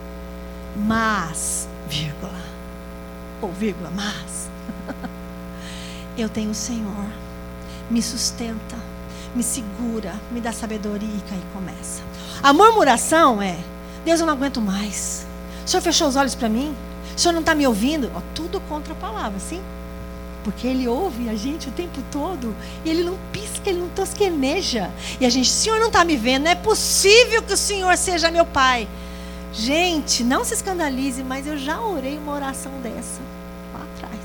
Mas, vírgula, ou vírgula, mas, eu tenho o Senhor, me sustenta, me segura, me dá sabedoria e aí começa. A murmuração é, Deus, eu não aguento mais. O Senhor fechou os olhos para mim? O Senhor não está me ouvindo? Ó, tudo contra a palavra, sim? Porque Ele ouve a gente o tempo todo. E Ele não pisca, Ele não tosqueneja. E a gente, o Senhor não está me vendo, não é possível que o Senhor seja meu Pai. Gente, não se escandalize, mas eu já orei uma oração dessa lá atrás.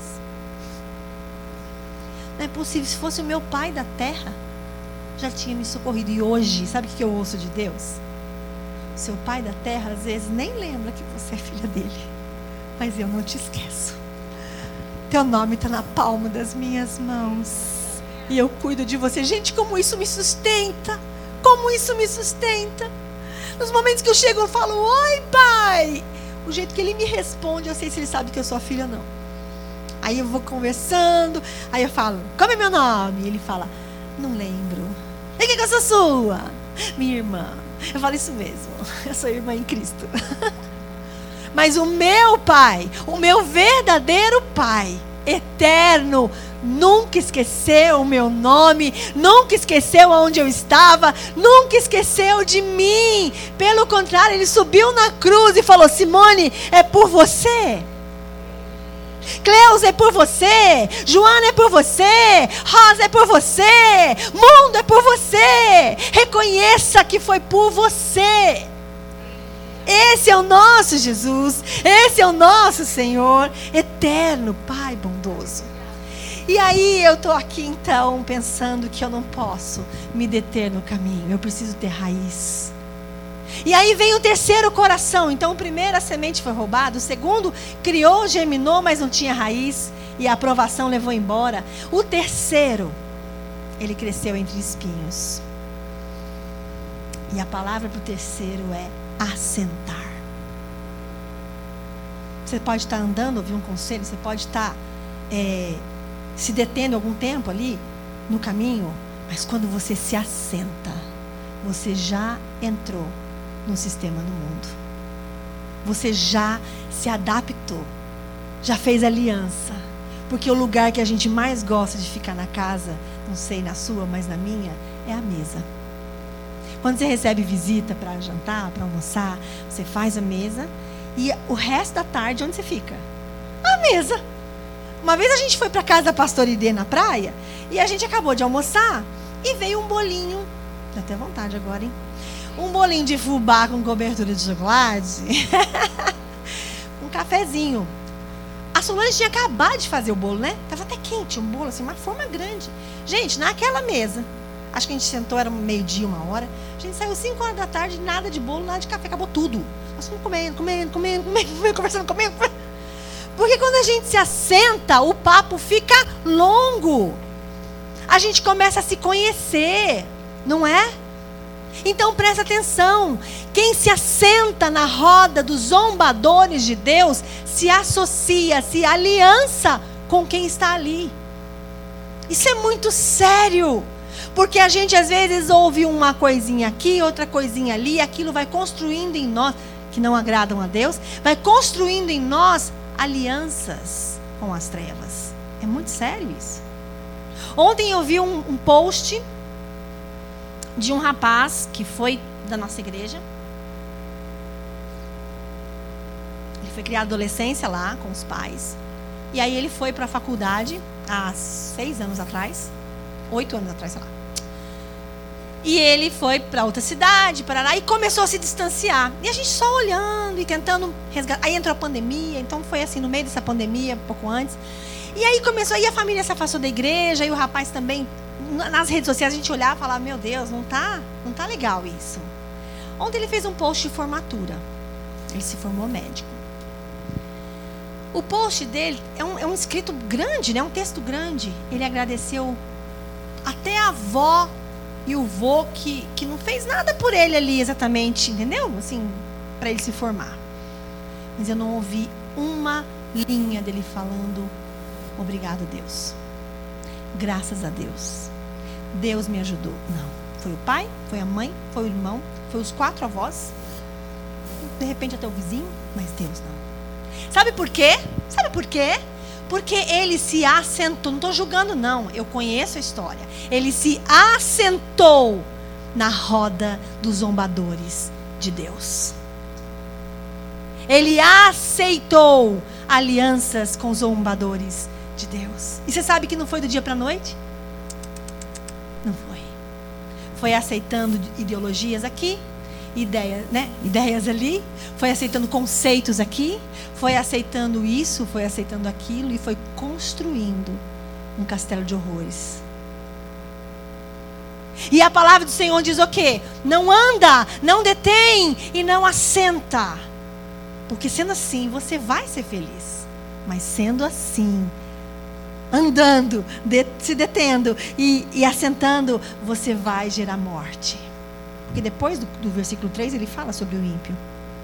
Não é possível, se fosse o meu Pai da terra, já tinha me socorrido. E hoje, sabe o que eu ouço de Deus? O seu Pai da terra às vezes nem lembra que você é filha dele, mas eu não te esqueço. Teu nome está na palma das minhas mãos e eu cuido de você. Gente, como isso me sustenta, como isso me sustenta. Nos momentos que eu chego, eu falo, oi pai. O jeito que ele me responde, eu sei se ele sabe que eu sou a filha ou não. Aí eu vou conversando, aí eu falo, como é meu nome? E ele fala, não lembro. E que eu sou sua? Minha irmã. Eu falo isso mesmo, eu sou irmã em Cristo. Mas o meu pai, o meu verdadeiro pai, eterno, nunca esqueceu o meu nome, nunca esqueceu onde eu estava, nunca esqueceu de mim. Pelo contrário, ele subiu na cruz e falou, Simone, é por você. Cleus é por você, Joana é por você, Rosa é por você, mundo é por você. Reconheça que foi por você. Esse é o nosso Jesus, esse é o nosso Senhor, eterno, Pai bondoso. E aí eu estou aqui então pensando que eu não posso me deter no caminho, eu preciso ter raiz. E aí vem o terceiro coração. Então o primeiro, a semente foi roubada. O segundo, criou, germinou, mas não tinha raiz. E a aprovação levou embora. O terceiro, ele cresceu entre espinhos. E a palavra para o terceiro é assentar. Você pode estar andando, ouvir um conselho. Você pode estar é, se detendo algum tempo ali no caminho. Mas quando você se assenta, você já entrou no sistema do mundo. Você já se adaptou, já fez aliança. Porque o lugar que a gente mais gosta de ficar na casa, não sei na sua, mas na minha, é a mesa. Quando você recebe visita para jantar, para almoçar, você faz a mesa e o resto da tarde, onde você fica? A mesa. Uma vez a gente foi para casa da pastora Idê na praia e a gente acabou de almoçar e veio um bolinho, dá até vontade agora, hein? Um bolinho de fubá com cobertura de chocolate. Um cafezinho. A Solange tinha acabado de fazer o bolo, né? Estava até quente, um bolo assim, uma forma grande. Gente, naquela mesa, acho que a gente sentou, era meio-dia, uma hora. A gente saiu cinco horas da tarde, nada de bolo, nada de café, acabou tudo. Nós fomos comendo, comendo, comendo, comendo, comendo, conversando, comendo. Porque quando a gente se assenta, o papo fica longo. A gente começa a se conhecer, não é? Então presta atenção, quem se assenta na roda dos zombadores de Deus, se associa, se aliança com quem está ali. Isso é muito sério, Porque a gente às vezes ouve uma coisinha aqui, outra coisinha ali, e aquilo vai construindo em nós, que não agradam a Deus, vai construindo em nós alianças com as trevas. É muito sério isso. Ontem eu vi um, um post de um rapaz que foi da nossa igreja. Ele foi criado adolescência lá com os pais. E aí ele foi para a faculdade há seis anos atrás, oito anos atrás, sei lá. E ele foi para outra cidade, Paraná, e começou a se distanciar. E a gente só olhando e tentando resgatar. Aí entrou a pandemia, então foi assim, no meio dessa pandemia, um pouco antes. E aí começou, aí a família se afastou da igreja, e o rapaz também, nas redes sociais a gente olhava e falava, meu Deus, não tá, não tá legal isso. Ontem ele fez um post de formatura. Ele se formou médico. O post dele é um, é um escrito grande, né? Um texto grande. Ele agradeceu até a avó e o vô que, que não fez nada por ele ali exatamente, entendeu? Assim, para ele se formar. Mas eu não ouvi uma linha dele falando obrigado, Deus. Graças a Deus. Deus me ajudou. Não. Foi o pai, foi a mãe, foi o irmão, foi os quatro avós. De repente até o vizinho, mas Deus não. Sabe por quê? Sabe por quê? Porque ele se assentou, não estou julgando não, eu conheço a história. Ele se assentou na roda dos zombadores de Deus. Ele aceitou alianças com os zombadores de Deus. E você sabe que não foi do dia para a noite? Não foi. Foi aceitando ideologias aqui, ideias, né? ideias ali, foi aceitando conceitos aqui, foi aceitando isso, foi aceitando aquilo e foi construindo um castelo de horrores. E a palavra do Senhor diz o quê? Não anda, não detém e não assenta. Porque sendo assim, você vai ser feliz. Mas sendo assim, andando, de, se detendo e, e assentando, você vai gerar morte. Porque depois do, do versículo três, ele fala sobre o ímpio.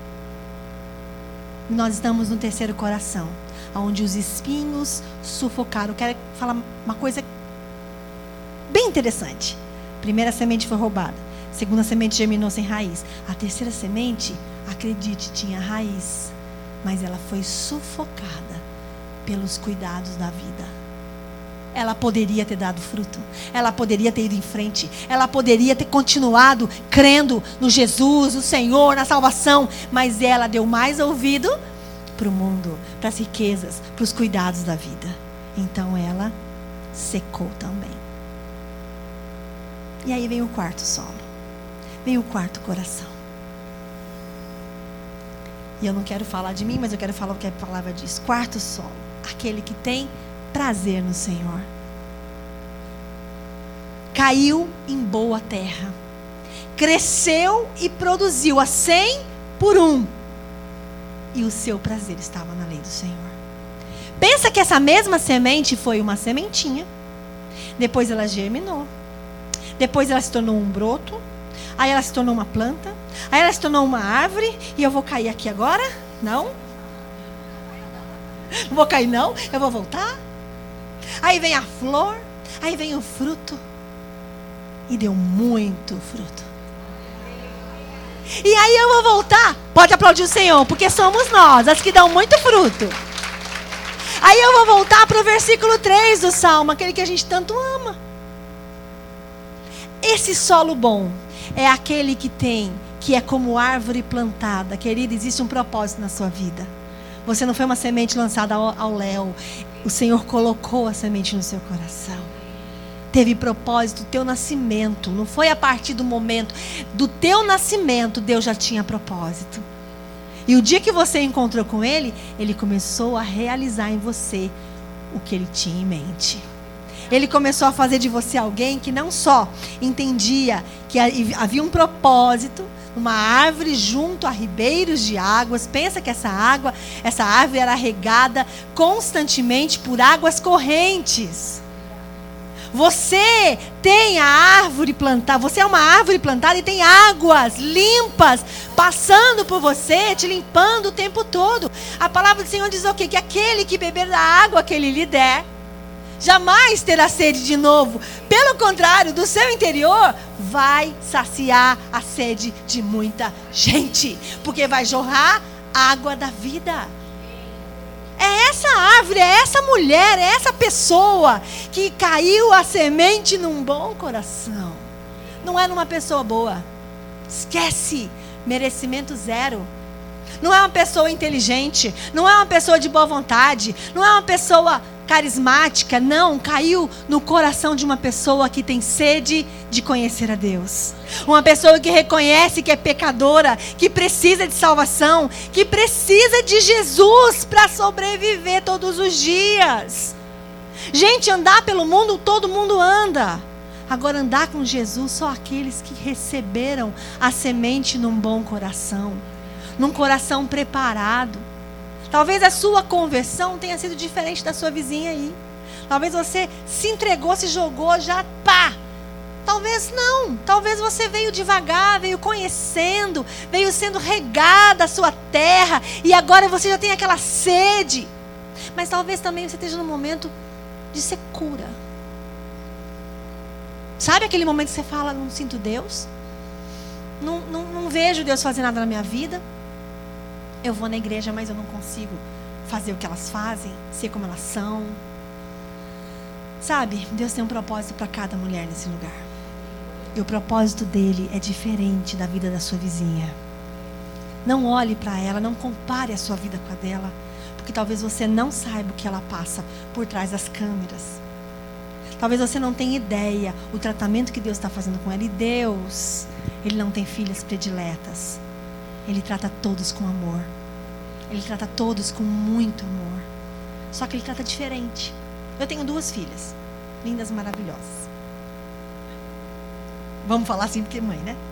Nós estamos no terceiro coração, onde os espinhos sufocaram. Eu quero falar uma coisa bem interessante. A primeira semente foi roubada. A segunda semente germinou sem raiz. A terceira semente, acredite, tinha raiz. Mas ela foi sufocada pelos cuidados da vida. Ela poderia ter dado fruto. Ela poderia ter ido em frente. Ela poderia ter continuado crendo no Jesus, no Senhor, na salvação. Mas ela deu mais ouvido para o mundo, para as riquezas, para os cuidados da vida. Então ela secou também. E aí vem o quarto solo. Vem o quarto coração. E eu não quero falar de mim, mas eu quero falar o que a palavra diz. Quarto solo. Aquele que tem prazer no Senhor. Caiu em boa terra. Cresceu e produziu a cem por um. E o seu prazer estava na lei do Senhor. Pensa que essa mesma semente foi uma sementinha. Depois ela germinou. Depois ela se tornou um broto. Aí ela se tornou uma planta. Aí ela se tornou uma árvore. E eu vou cair aqui agora? Não? Não vou cair não? Eu vou voltar? Aí vem a flor, aí vem o fruto. E deu muito fruto. E aí eu vou voltar. Pode aplaudir o Senhor, porque somos nós, as que dão muito fruto. Aí eu vou voltar para o versículo três do Salmo, aquele que a gente tanto ama. Esse solo bom é aquele que tem, que é como árvore plantada. Querida, existe um propósito na sua vida. Você não foi uma semente lançada ao, ao léu. O Senhor colocou a semente no seu coração. Teve propósito, o teu nascimento. Não foi a partir do momento do teu nascimento, Deus já tinha propósito. E o dia que você encontrou com Ele, Ele começou a realizar em você o que Ele tinha em mente. Ele começou a fazer de você alguém que não só entendia que havia um propósito, uma árvore junto a ribeiros de águas. Pensa que essa água, essa árvore era regada constantemente por águas correntes. Você tem a árvore plantada, você é uma árvore plantada e tem águas limpas passando por você, te limpando o tempo todo. A palavra do Senhor diz o quê? Que aquele que beber da água que Ele lhe der, jamais terá sede de novo. Pelo contrário, do seu interior vai saciar a sede de muita gente, porque vai jorrar água da vida. É essa árvore, é essa mulher, é essa pessoa que caiu a semente num bom coração. Não é numa pessoa boa. Esquece, merecimento zero. Não é uma pessoa inteligente, não é uma pessoa de boa vontade, não é uma pessoa carismática, não, caiu no coração de uma pessoa que tem sede de conhecer a Deus. Uma pessoa que reconhece que é pecadora, que precisa de salvação, que precisa de Jesus para sobreviver todos os dias. Gente, andar pelo mundo, todo mundo anda. Agora, andar com Jesus, só aqueles que receberam a semente num bom coração, num coração preparado. Talvez a sua conversão tenha sido diferente da sua vizinha aí. Talvez você se entregou, se jogou, já pá. Talvez não. Talvez você veio devagar, veio conhecendo, veio sendo regada a sua terra e agora você já tem aquela sede. Mas talvez também você esteja no momento de secura. Sabe aquele momento que você fala, não sinto Deus? Não, não, não vejo Deus fazer nada na minha vida? Eu vou na igreja, mas eu não consigo fazer o que elas fazem, ser como elas são. Sabe, Deus tem um propósito para cada mulher nesse lugar. E o propósito dele é diferente da vida da sua vizinha. Não olhe para ela, não compare a sua vida com a dela, porque talvez você não saiba o que ela passa por trás das câmeras. Talvez você não tenha ideia o tratamento que Deus está fazendo com ela. E Deus, Ele não tem filhas prediletas. Ele trata todos com amor. Ele trata todos com muito amor. Só que Ele trata diferente. Eu tenho duas filhas, lindas, maravilhosas. Vamos falar assim porque mãe, né?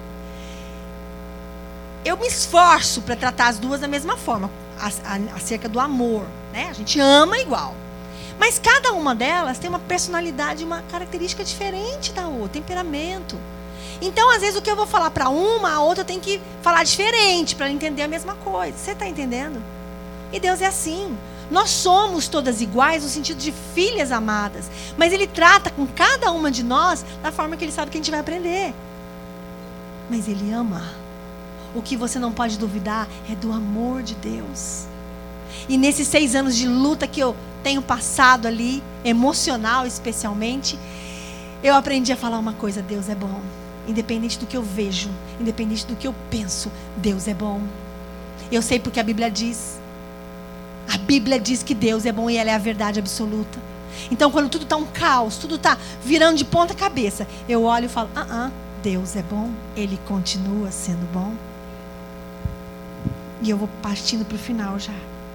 Eu me esforço para tratar as duas da mesma forma, acerca do amor, né? A gente ama igual. Mas cada uma delas tem uma personalidade, uma característica diferente da outra, temperamento. Então, às vezes, o que eu vou falar para uma, a outra tem que falar diferente para entender a mesma coisa. Você está entendendo? E Deus é assim. Nós somos todas iguais no sentido de filhas amadas. Mas Ele trata com cada uma de nós da forma que Ele sabe que a gente vai aprender. Mas Ele ama. O que você não pode duvidar é do amor de Deus. E nesses seis anos de luta que eu tenho passado ali, emocional especialmente, eu aprendi a falar uma coisa: Deus é bom. Independente do que eu vejo, independente do que eu penso, Deus é bom. Eu sei porque a Bíblia diz. A Bíblia diz que Deus é bom e ela é a verdade absoluta. Então, quando tudo está um caos, tudo está virando de ponta cabeça, eu olho e falo: ah, ah, Deus é bom, Ele continua sendo bom. E eu vou partindo para o final já.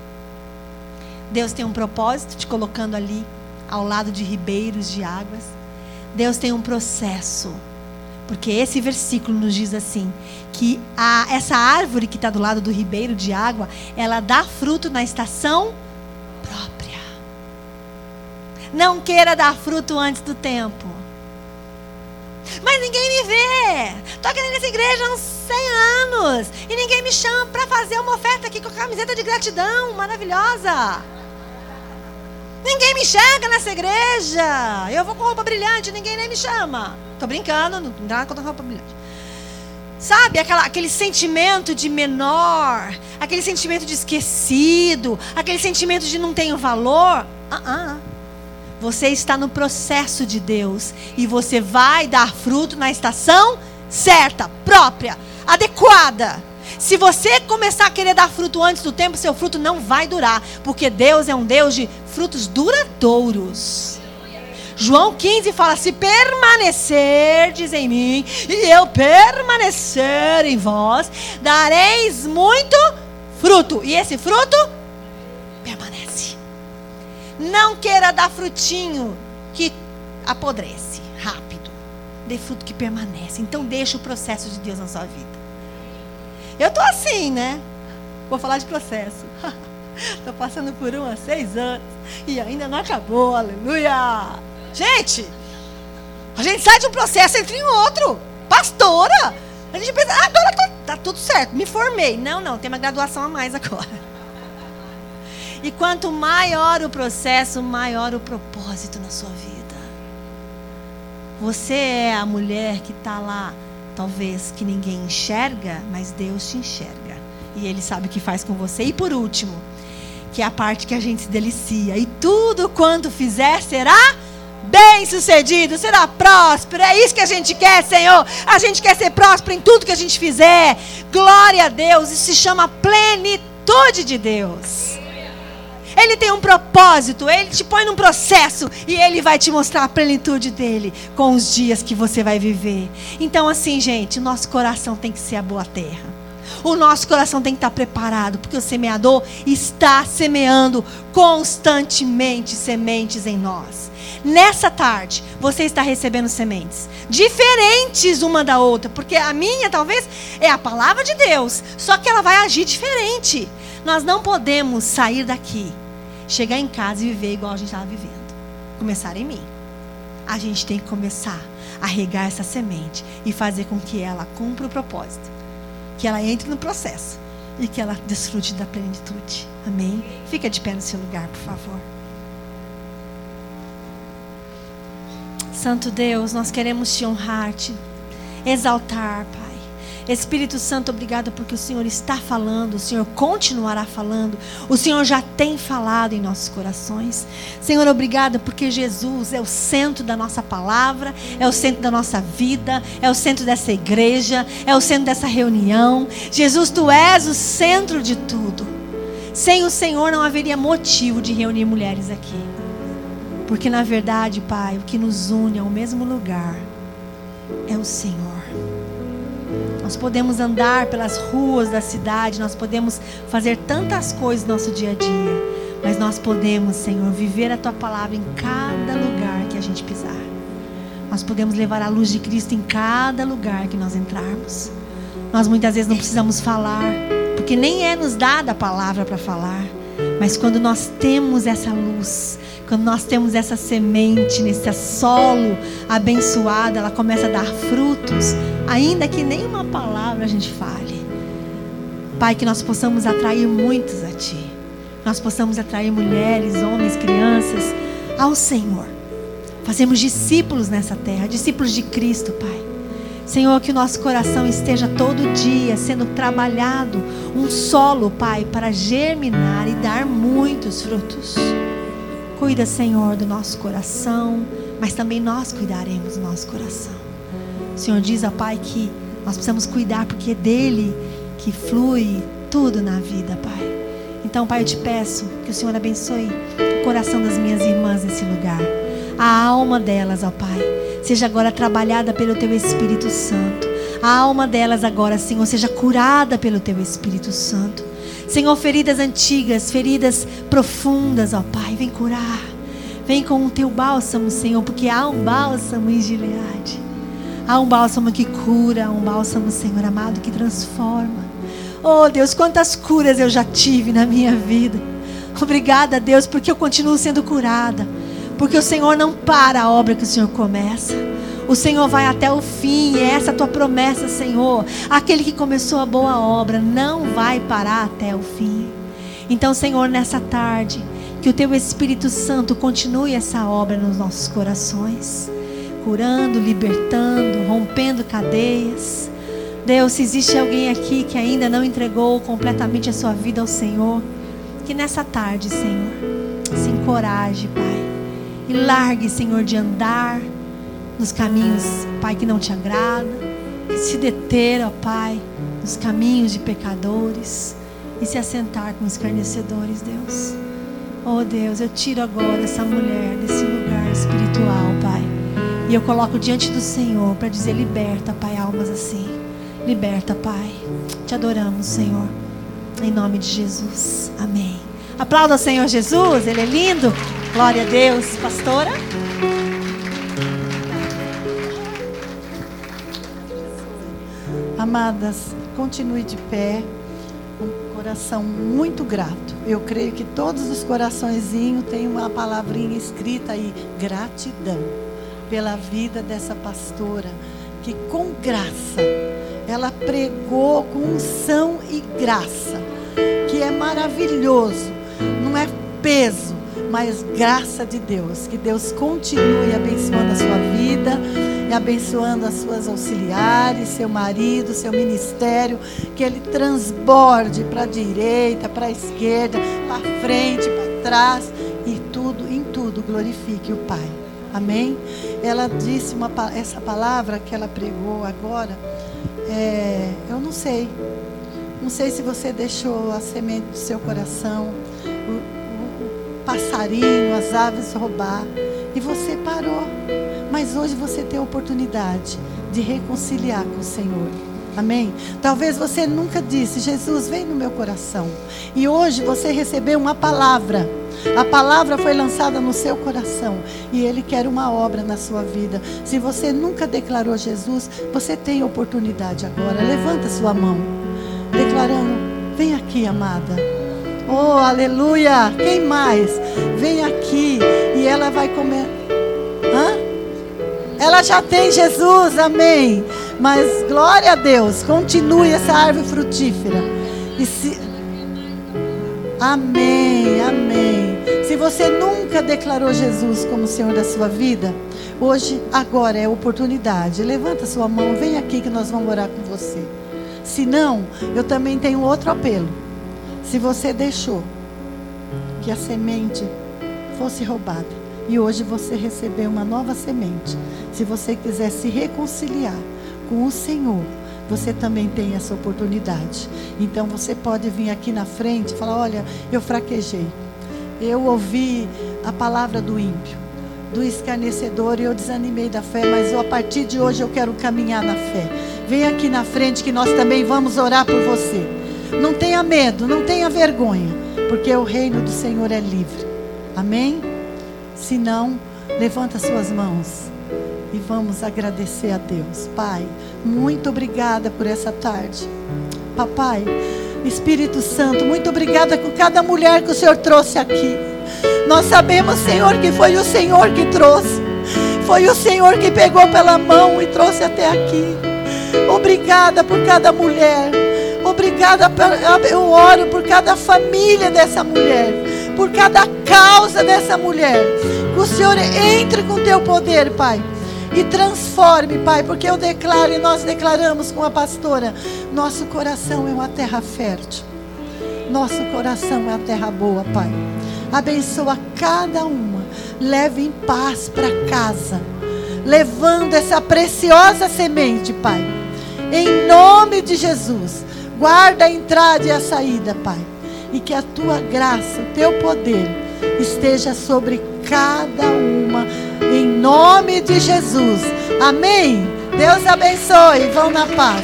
Deus tem um propósito te colocando ali ao lado de ribeiros de águas. Deus tem um processo. Porque esse versículo nos diz assim, que a, essa árvore que está do lado do ribeiro de água, ela dá fruto na estação própria. Não queira dar fruto antes do tempo. Mas ninguém me vê. Estou aqui nessa igreja há uns cem anos. E ninguém me chama para fazer uma oferta aqui com a camiseta de gratidão maravilhosa. Ninguém me enxerga nessa igreja. Eu vou com roupa brilhante, ninguém nem me chama. Tô brincando, não dá nada contra roupa brilhante. Sabe, aquela, aquele sentimento de menor, aquele sentimento de esquecido, aquele sentimento de não tenho valor. Uh-uh. Você está no processo de Deus e você vai dar fruto na estação certa, própria, adequada. Se você começar a querer dar fruto antes do tempo, seu fruto não vai durar, porque Deus é um Deus de frutos duradouros. João quinze fala: se permanecerdes em mim e eu permanecer em vós, dareis muito fruto. E esse fruto permanece. Não queira dar frutinho que apodrece rápido. Dê fruto que permanece. Então deixa o processo de Deus na sua vida. Eu tô assim, né? Vou falar de processo. Tô passando por um há seis anos e ainda não acabou, aleluia. Gente, a gente sai de um processo e entra em outro. Pastora, a gente pensa, ah, agora tá, tá tudo certo, me formei. Não, não, tem uma graduação a mais agora. E quanto maior o processo, maior o propósito na sua vida. Você é a mulher que está lá, talvez que ninguém enxerga, mas Deus te enxerga. E Ele sabe o que faz com você. E por último, que é a parte que a gente se delicia. E tudo quanto fizer será bem sucedido, será próspero. É isso que a gente quer, Senhor. A gente quer ser próspero em tudo que a gente fizer. Glória a Deus. Isso se chama plenitude de Deus. Ele tem um propósito, Ele te põe num processo e Ele vai te mostrar a plenitude dEle com os dias que você vai viver. Então assim, gente, o nosso coração tem que ser a boa terra. O nosso coração tem que estar preparado, porque o semeador está semeando constantemente sementes em nós. Nessa tarde, você está recebendo sementes diferentes uma da outra, porque a minha talvez é a palavra de Deus, só que ela vai agir diferente. Nós não podemos sair daqui, chegar em casa e viver igual a gente estava vivendo. Começar em mim. A gente tem que começar a regar essa semente e fazer com que ela cumpra o propósito, que ela entre no processo e que ela desfrute da plenitude. Amém? Fica de pé no seu lugar, por favor. Santo Deus, nós queremos te honrar, te exaltar, Pai. Espírito Santo, obrigado porque o Senhor está falando, o Senhor continuará falando, o Senhor já tem falado em nossos corações. Senhor, obrigado porque Jesus é o centro da nossa palavra, é o centro da nossa vida, é o centro dessa igreja, é o centro dessa reunião. Jesus, Tu és o centro de tudo. Sem o Senhor não haveria motivo de reunir mulheres aqui, porque na verdade, Pai, o que nos une ao mesmo lugar é o Senhor. Nós podemos andar pelas ruas da cidade, nós podemos fazer tantas coisas no nosso dia a dia, mas nós podemos, Senhor, viver a Tua palavra em cada lugar que a gente pisar. Nós podemos levar a luz de Cristo em cada lugar que nós entrarmos. Nós muitas vezes não precisamos falar, porque nem é nos dada a palavra para falar, mas quando nós temos essa luz, quando nós temos essa semente nesse solo abençoado, ela começa a dar frutos, ainda que nenhuma palavra a gente fale. Pai, que nós possamos atrair muitos a Ti, nós possamos atrair mulheres, homens, crianças ao Senhor. Fazemos discípulos nessa terra, discípulos de Cristo, Pai. Senhor, que o nosso coração esteja todo dia sendo trabalhado, um solo, Pai, para germinar e dar muitos frutos. Cuida, Senhor, do nosso coração, mas também nós cuidaremos do nosso coração. O Senhor diz, ó Pai, que nós precisamos cuidar, porque é dele que flui tudo na vida, Pai. Então, Pai, eu te peço que o Senhor abençoe o coração das minhas irmãs nesse lugar. A alma delas, ó Pai, seja agora trabalhada pelo Teu Espírito Santo. A alma delas agora, Senhor, seja curada pelo Teu Espírito Santo. Senhor, feridas antigas, feridas profundas, ó Pai, vem curar. Vem com o Teu bálsamo, Senhor, porque há um bálsamo em Gileade. Há um bálsamo que cura, um bálsamo, Senhor amado, que transforma. Oh Deus, quantas curas eu já tive na minha vida. Obrigada, Deus, porque eu continuo sendo curada. Porque o Senhor não para a obra que o Senhor começa. O Senhor vai até o fim. E é essa a Tua promessa, Senhor. Aquele que começou a boa obra não vai parar até o fim. Então, Senhor, nessa tarde, que o Teu Espírito Santo continue essa obra nos nossos corações, curando, libertando, rompendo cadeias. Deus, se existe alguém aqui que ainda não entregou completamente a sua vida ao Senhor, que nessa tarde, Senhor, se encoraje, Pai, e largue, Senhor, de andar nos caminhos, Pai, que não te agrada, e se deter, ó Pai, nos caminhos de pecadores, e se assentar com escarnecedores, Deus. Oh Deus, eu tiro agora essa mulher desse lugar espiritual, Pai, e eu coloco diante do Senhor para dizer, liberta, Pai, almas assim. Liberta, Pai. Te adoramos, Senhor. Em nome de Jesus. Amém. Aplauda o Senhor Jesus. Ele é lindo. Glória a Deus. Pastora. Amadas, continue de pé. Um coração muito grato. Eu creio que todos os coraçõezinhos têm uma palavrinha escrita aí. Gratidão pela vida dessa pastora, que com graça ela pregou com unção e graça, que é maravilhoso. não é peso, mas graça de Deus. Que Deus continue abençoando a sua vida e abençoando as suas auxiliares, seu marido, seu ministério. Que ele transborde para a direita, para a esquerda, para frente, para trás, e tudo, em tudo glorifique o Pai. Amém? Ela disse uma, essa palavra que ela pregou agora. É, eu não sei. Não sei se você deixou a semente do seu coração, o, o, o passarinho, as aves roubar, e você parou. Mas hoje você tem a oportunidade de reconciliar com o Senhor. Amém? Talvez você nunca disse: Jesus, vem no meu coração. E hoje você recebeu uma palavra. A palavra foi lançada no seu coração. E Ele quer uma obra na sua vida. Se você nunca declarou Jesus, você tem a oportunidade agora. Levanta sua mão, declarando: vem aqui, amada. Oh, aleluia. Quem mais? Vem aqui. E ela vai comer. Hã? Ela já tem Jesus, amém. Mas glória a Deus, continue essa árvore frutífera. E se... Amém, amém. Se você nunca declarou Jesus como Senhor da sua vida, hoje, agora é a oportunidade. Levanta sua mão, vem aqui que nós vamos orar com você. Se não, eu também tenho outro apelo. Se você deixou que a semente fosse roubada, e hoje você recebeu uma nova semente, se você quiser se reconciliar com o Senhor, você também tem essa oportunidade. Então você pode vir aqui na frente e falar: olha, eu fraquejei, eu ouvi a palavra do ímpio, do escarnecedor, e eu desanimei da fé, mas eu, a partir de hoje eu quero caminhar na fé. Vem aqui na frente que nós também vamos orar por você. Não tenha medo, não tenha vergonha, porque o reino do Senhor é livre. Amém? Se não, levanta suas mãos e vamos agradecer a Deus. Pai, muito obrigada por essa tarde. Papai, Espírito Santo, muito obrigada por cada mulher que o Senhor trouxe aqui. Nós sabemos, Senhor, que foi o Senhor que trouxe. Foi o Senhor que pegou pela mão e trouxe até aqui. Obrigada por cada mulher. Obrigada, eu oro por cada família dessa mulher, por cada causa dessa mulher. Que o Senhor entre com o teu poder, Pai, e transforme, Pai, porque eu declaro e nós declaramos com a pastora: nosso coração é uma terra fértil, nosso coração é a terra boa, Pai. Abençoa cada uma, leve em paz para casa, levando essa preciosa semente, Pai, em nome de Jesus. Guarda a entrada e a saída, Pai, e que a tua graça, o teu poder esteja sobre cada uma, em nome de Jesus. Amém? Deus abençoe. Vão na paz.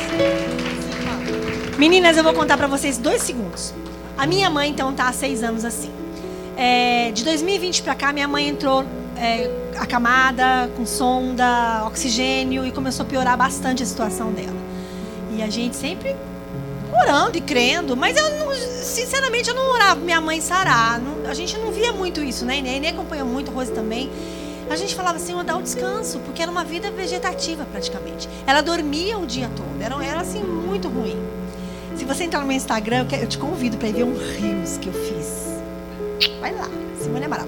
Meninas, eu vou contar para vocês dois segundos. A minha mãe, então, tá há seis anos assim. É, de dois mil e vinte para cá, minha mãe entrou é, acamada, com sonda, oxigênio, e começou a piorar bastante a situação dela. E a gente sempre orando e crendo, mas eu não, sinceramente eu não orava minha mãe sarar. Não, a gente não via muito isso, né? Nem acompanhou muito, a Rose também. A gente falava assim: Senhor, dá um descanso, porque era uma vida vegetativa praticamente. Ela dormia o dia todo, era, era assim muito ruim. Se você entrar no meu Instagram, eu te convido para ir ver um reels que eu fiz. Vai lá, Simone Amaral.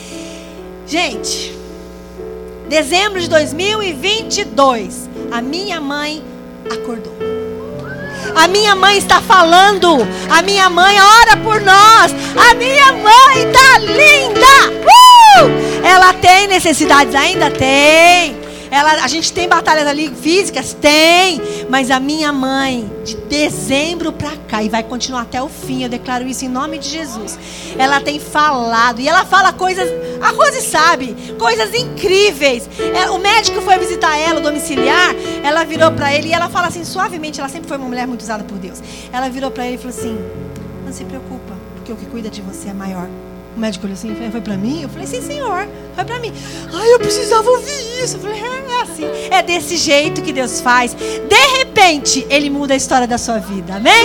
Gente, dezembro de dois mil e vinte e dois, a minha mãe acordou. A minha mãe está falando. A minha mãe ora por nós. A minha mãe está linda. Uh! Ela tem necessidades? Ainda tem. Ela, a gente tem batalhas ali físicas? Tem. Mas a minha mãe, de dezembro para cá, e vai continuar até o fim, eu declaro isso em nome de Jesus, ela tem falado. E ela fala coisas, a Rose sabe, coisas incríveis. É, o médico foi visitar ela, o domiciliar. Ela virou para ele e ela fala assim, suavemente. Ela sempre foi uma mulher muito usada por Deus. Ela virou para ele e falou assim: não se preocupa, porque o que cuida de você é maior. O médico olhou assim: foi para mim? Eu falei: sim, senhor, foi para mim. Ai, eu precisava ouvir isso. Eu falei: é, é assim, é desse jeito que Deus faz. De repente, Ele muda a história da sua vida. Amém?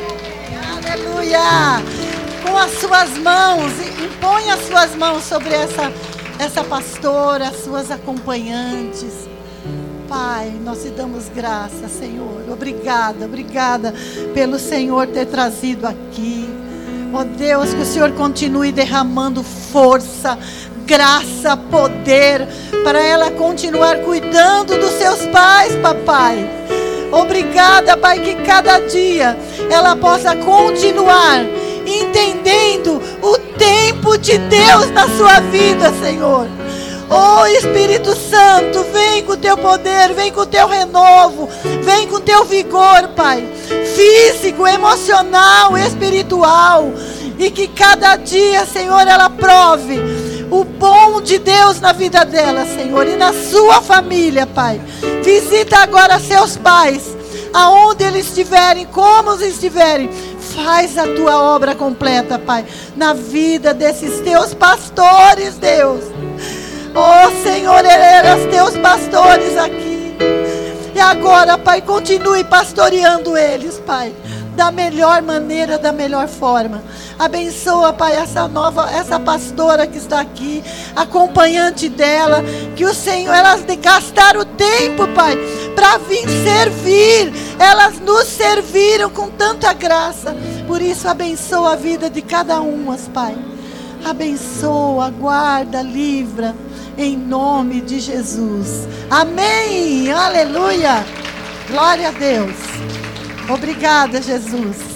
Aleluia! Com as suas mãos, impõe as suas mãos sobre essa, essa pastora, as suas acompanhantes. Pai, nós te damos graça, Senhor. Obrigada, obrigada pelo Senhor ter trazido aqui. Oh Deus, que o Senhor continue derramando força, graça, poder, para ela continuar cuidando dos seus pais, papai. Obrigada, Pai, que cada dia ela possa continuar entendendo o tempo de Deus na sua vida, Senhor. Oh Espírito Santo, vem com o teu poder, vem com o teu renovo, vem com o teu vigor, Pai, físico, emocional, espiritual, e que cada dia, Senhor, ela prove o bom de Deus na vida dela, Senhor, e na sua família, Pai. Visita agora seus pais, aonde eles estiverem, como eles estiverem. Faz a tua obra completa, Pai, na vida desses teus pastores, Deus. Oh Senhor, eram os teus pastores aqui. E agora, Pai, continue pastoreando eles, Pai, da melhor maneira, da melhor forma. Abençoa, Pai, essa nova, essa pastora que está aqui, acompanhante dela, que o Senhor, elas gastaram o tempo, Pai, para vir servir. Elas nos serviram com tanta graça. Por isso, abençoa a vida de cada uma, Pai. Abençoa, guarda, livra, em nome de Jesus. Amém. Aleluia. Glória a Deus. Obrigada, Jesus.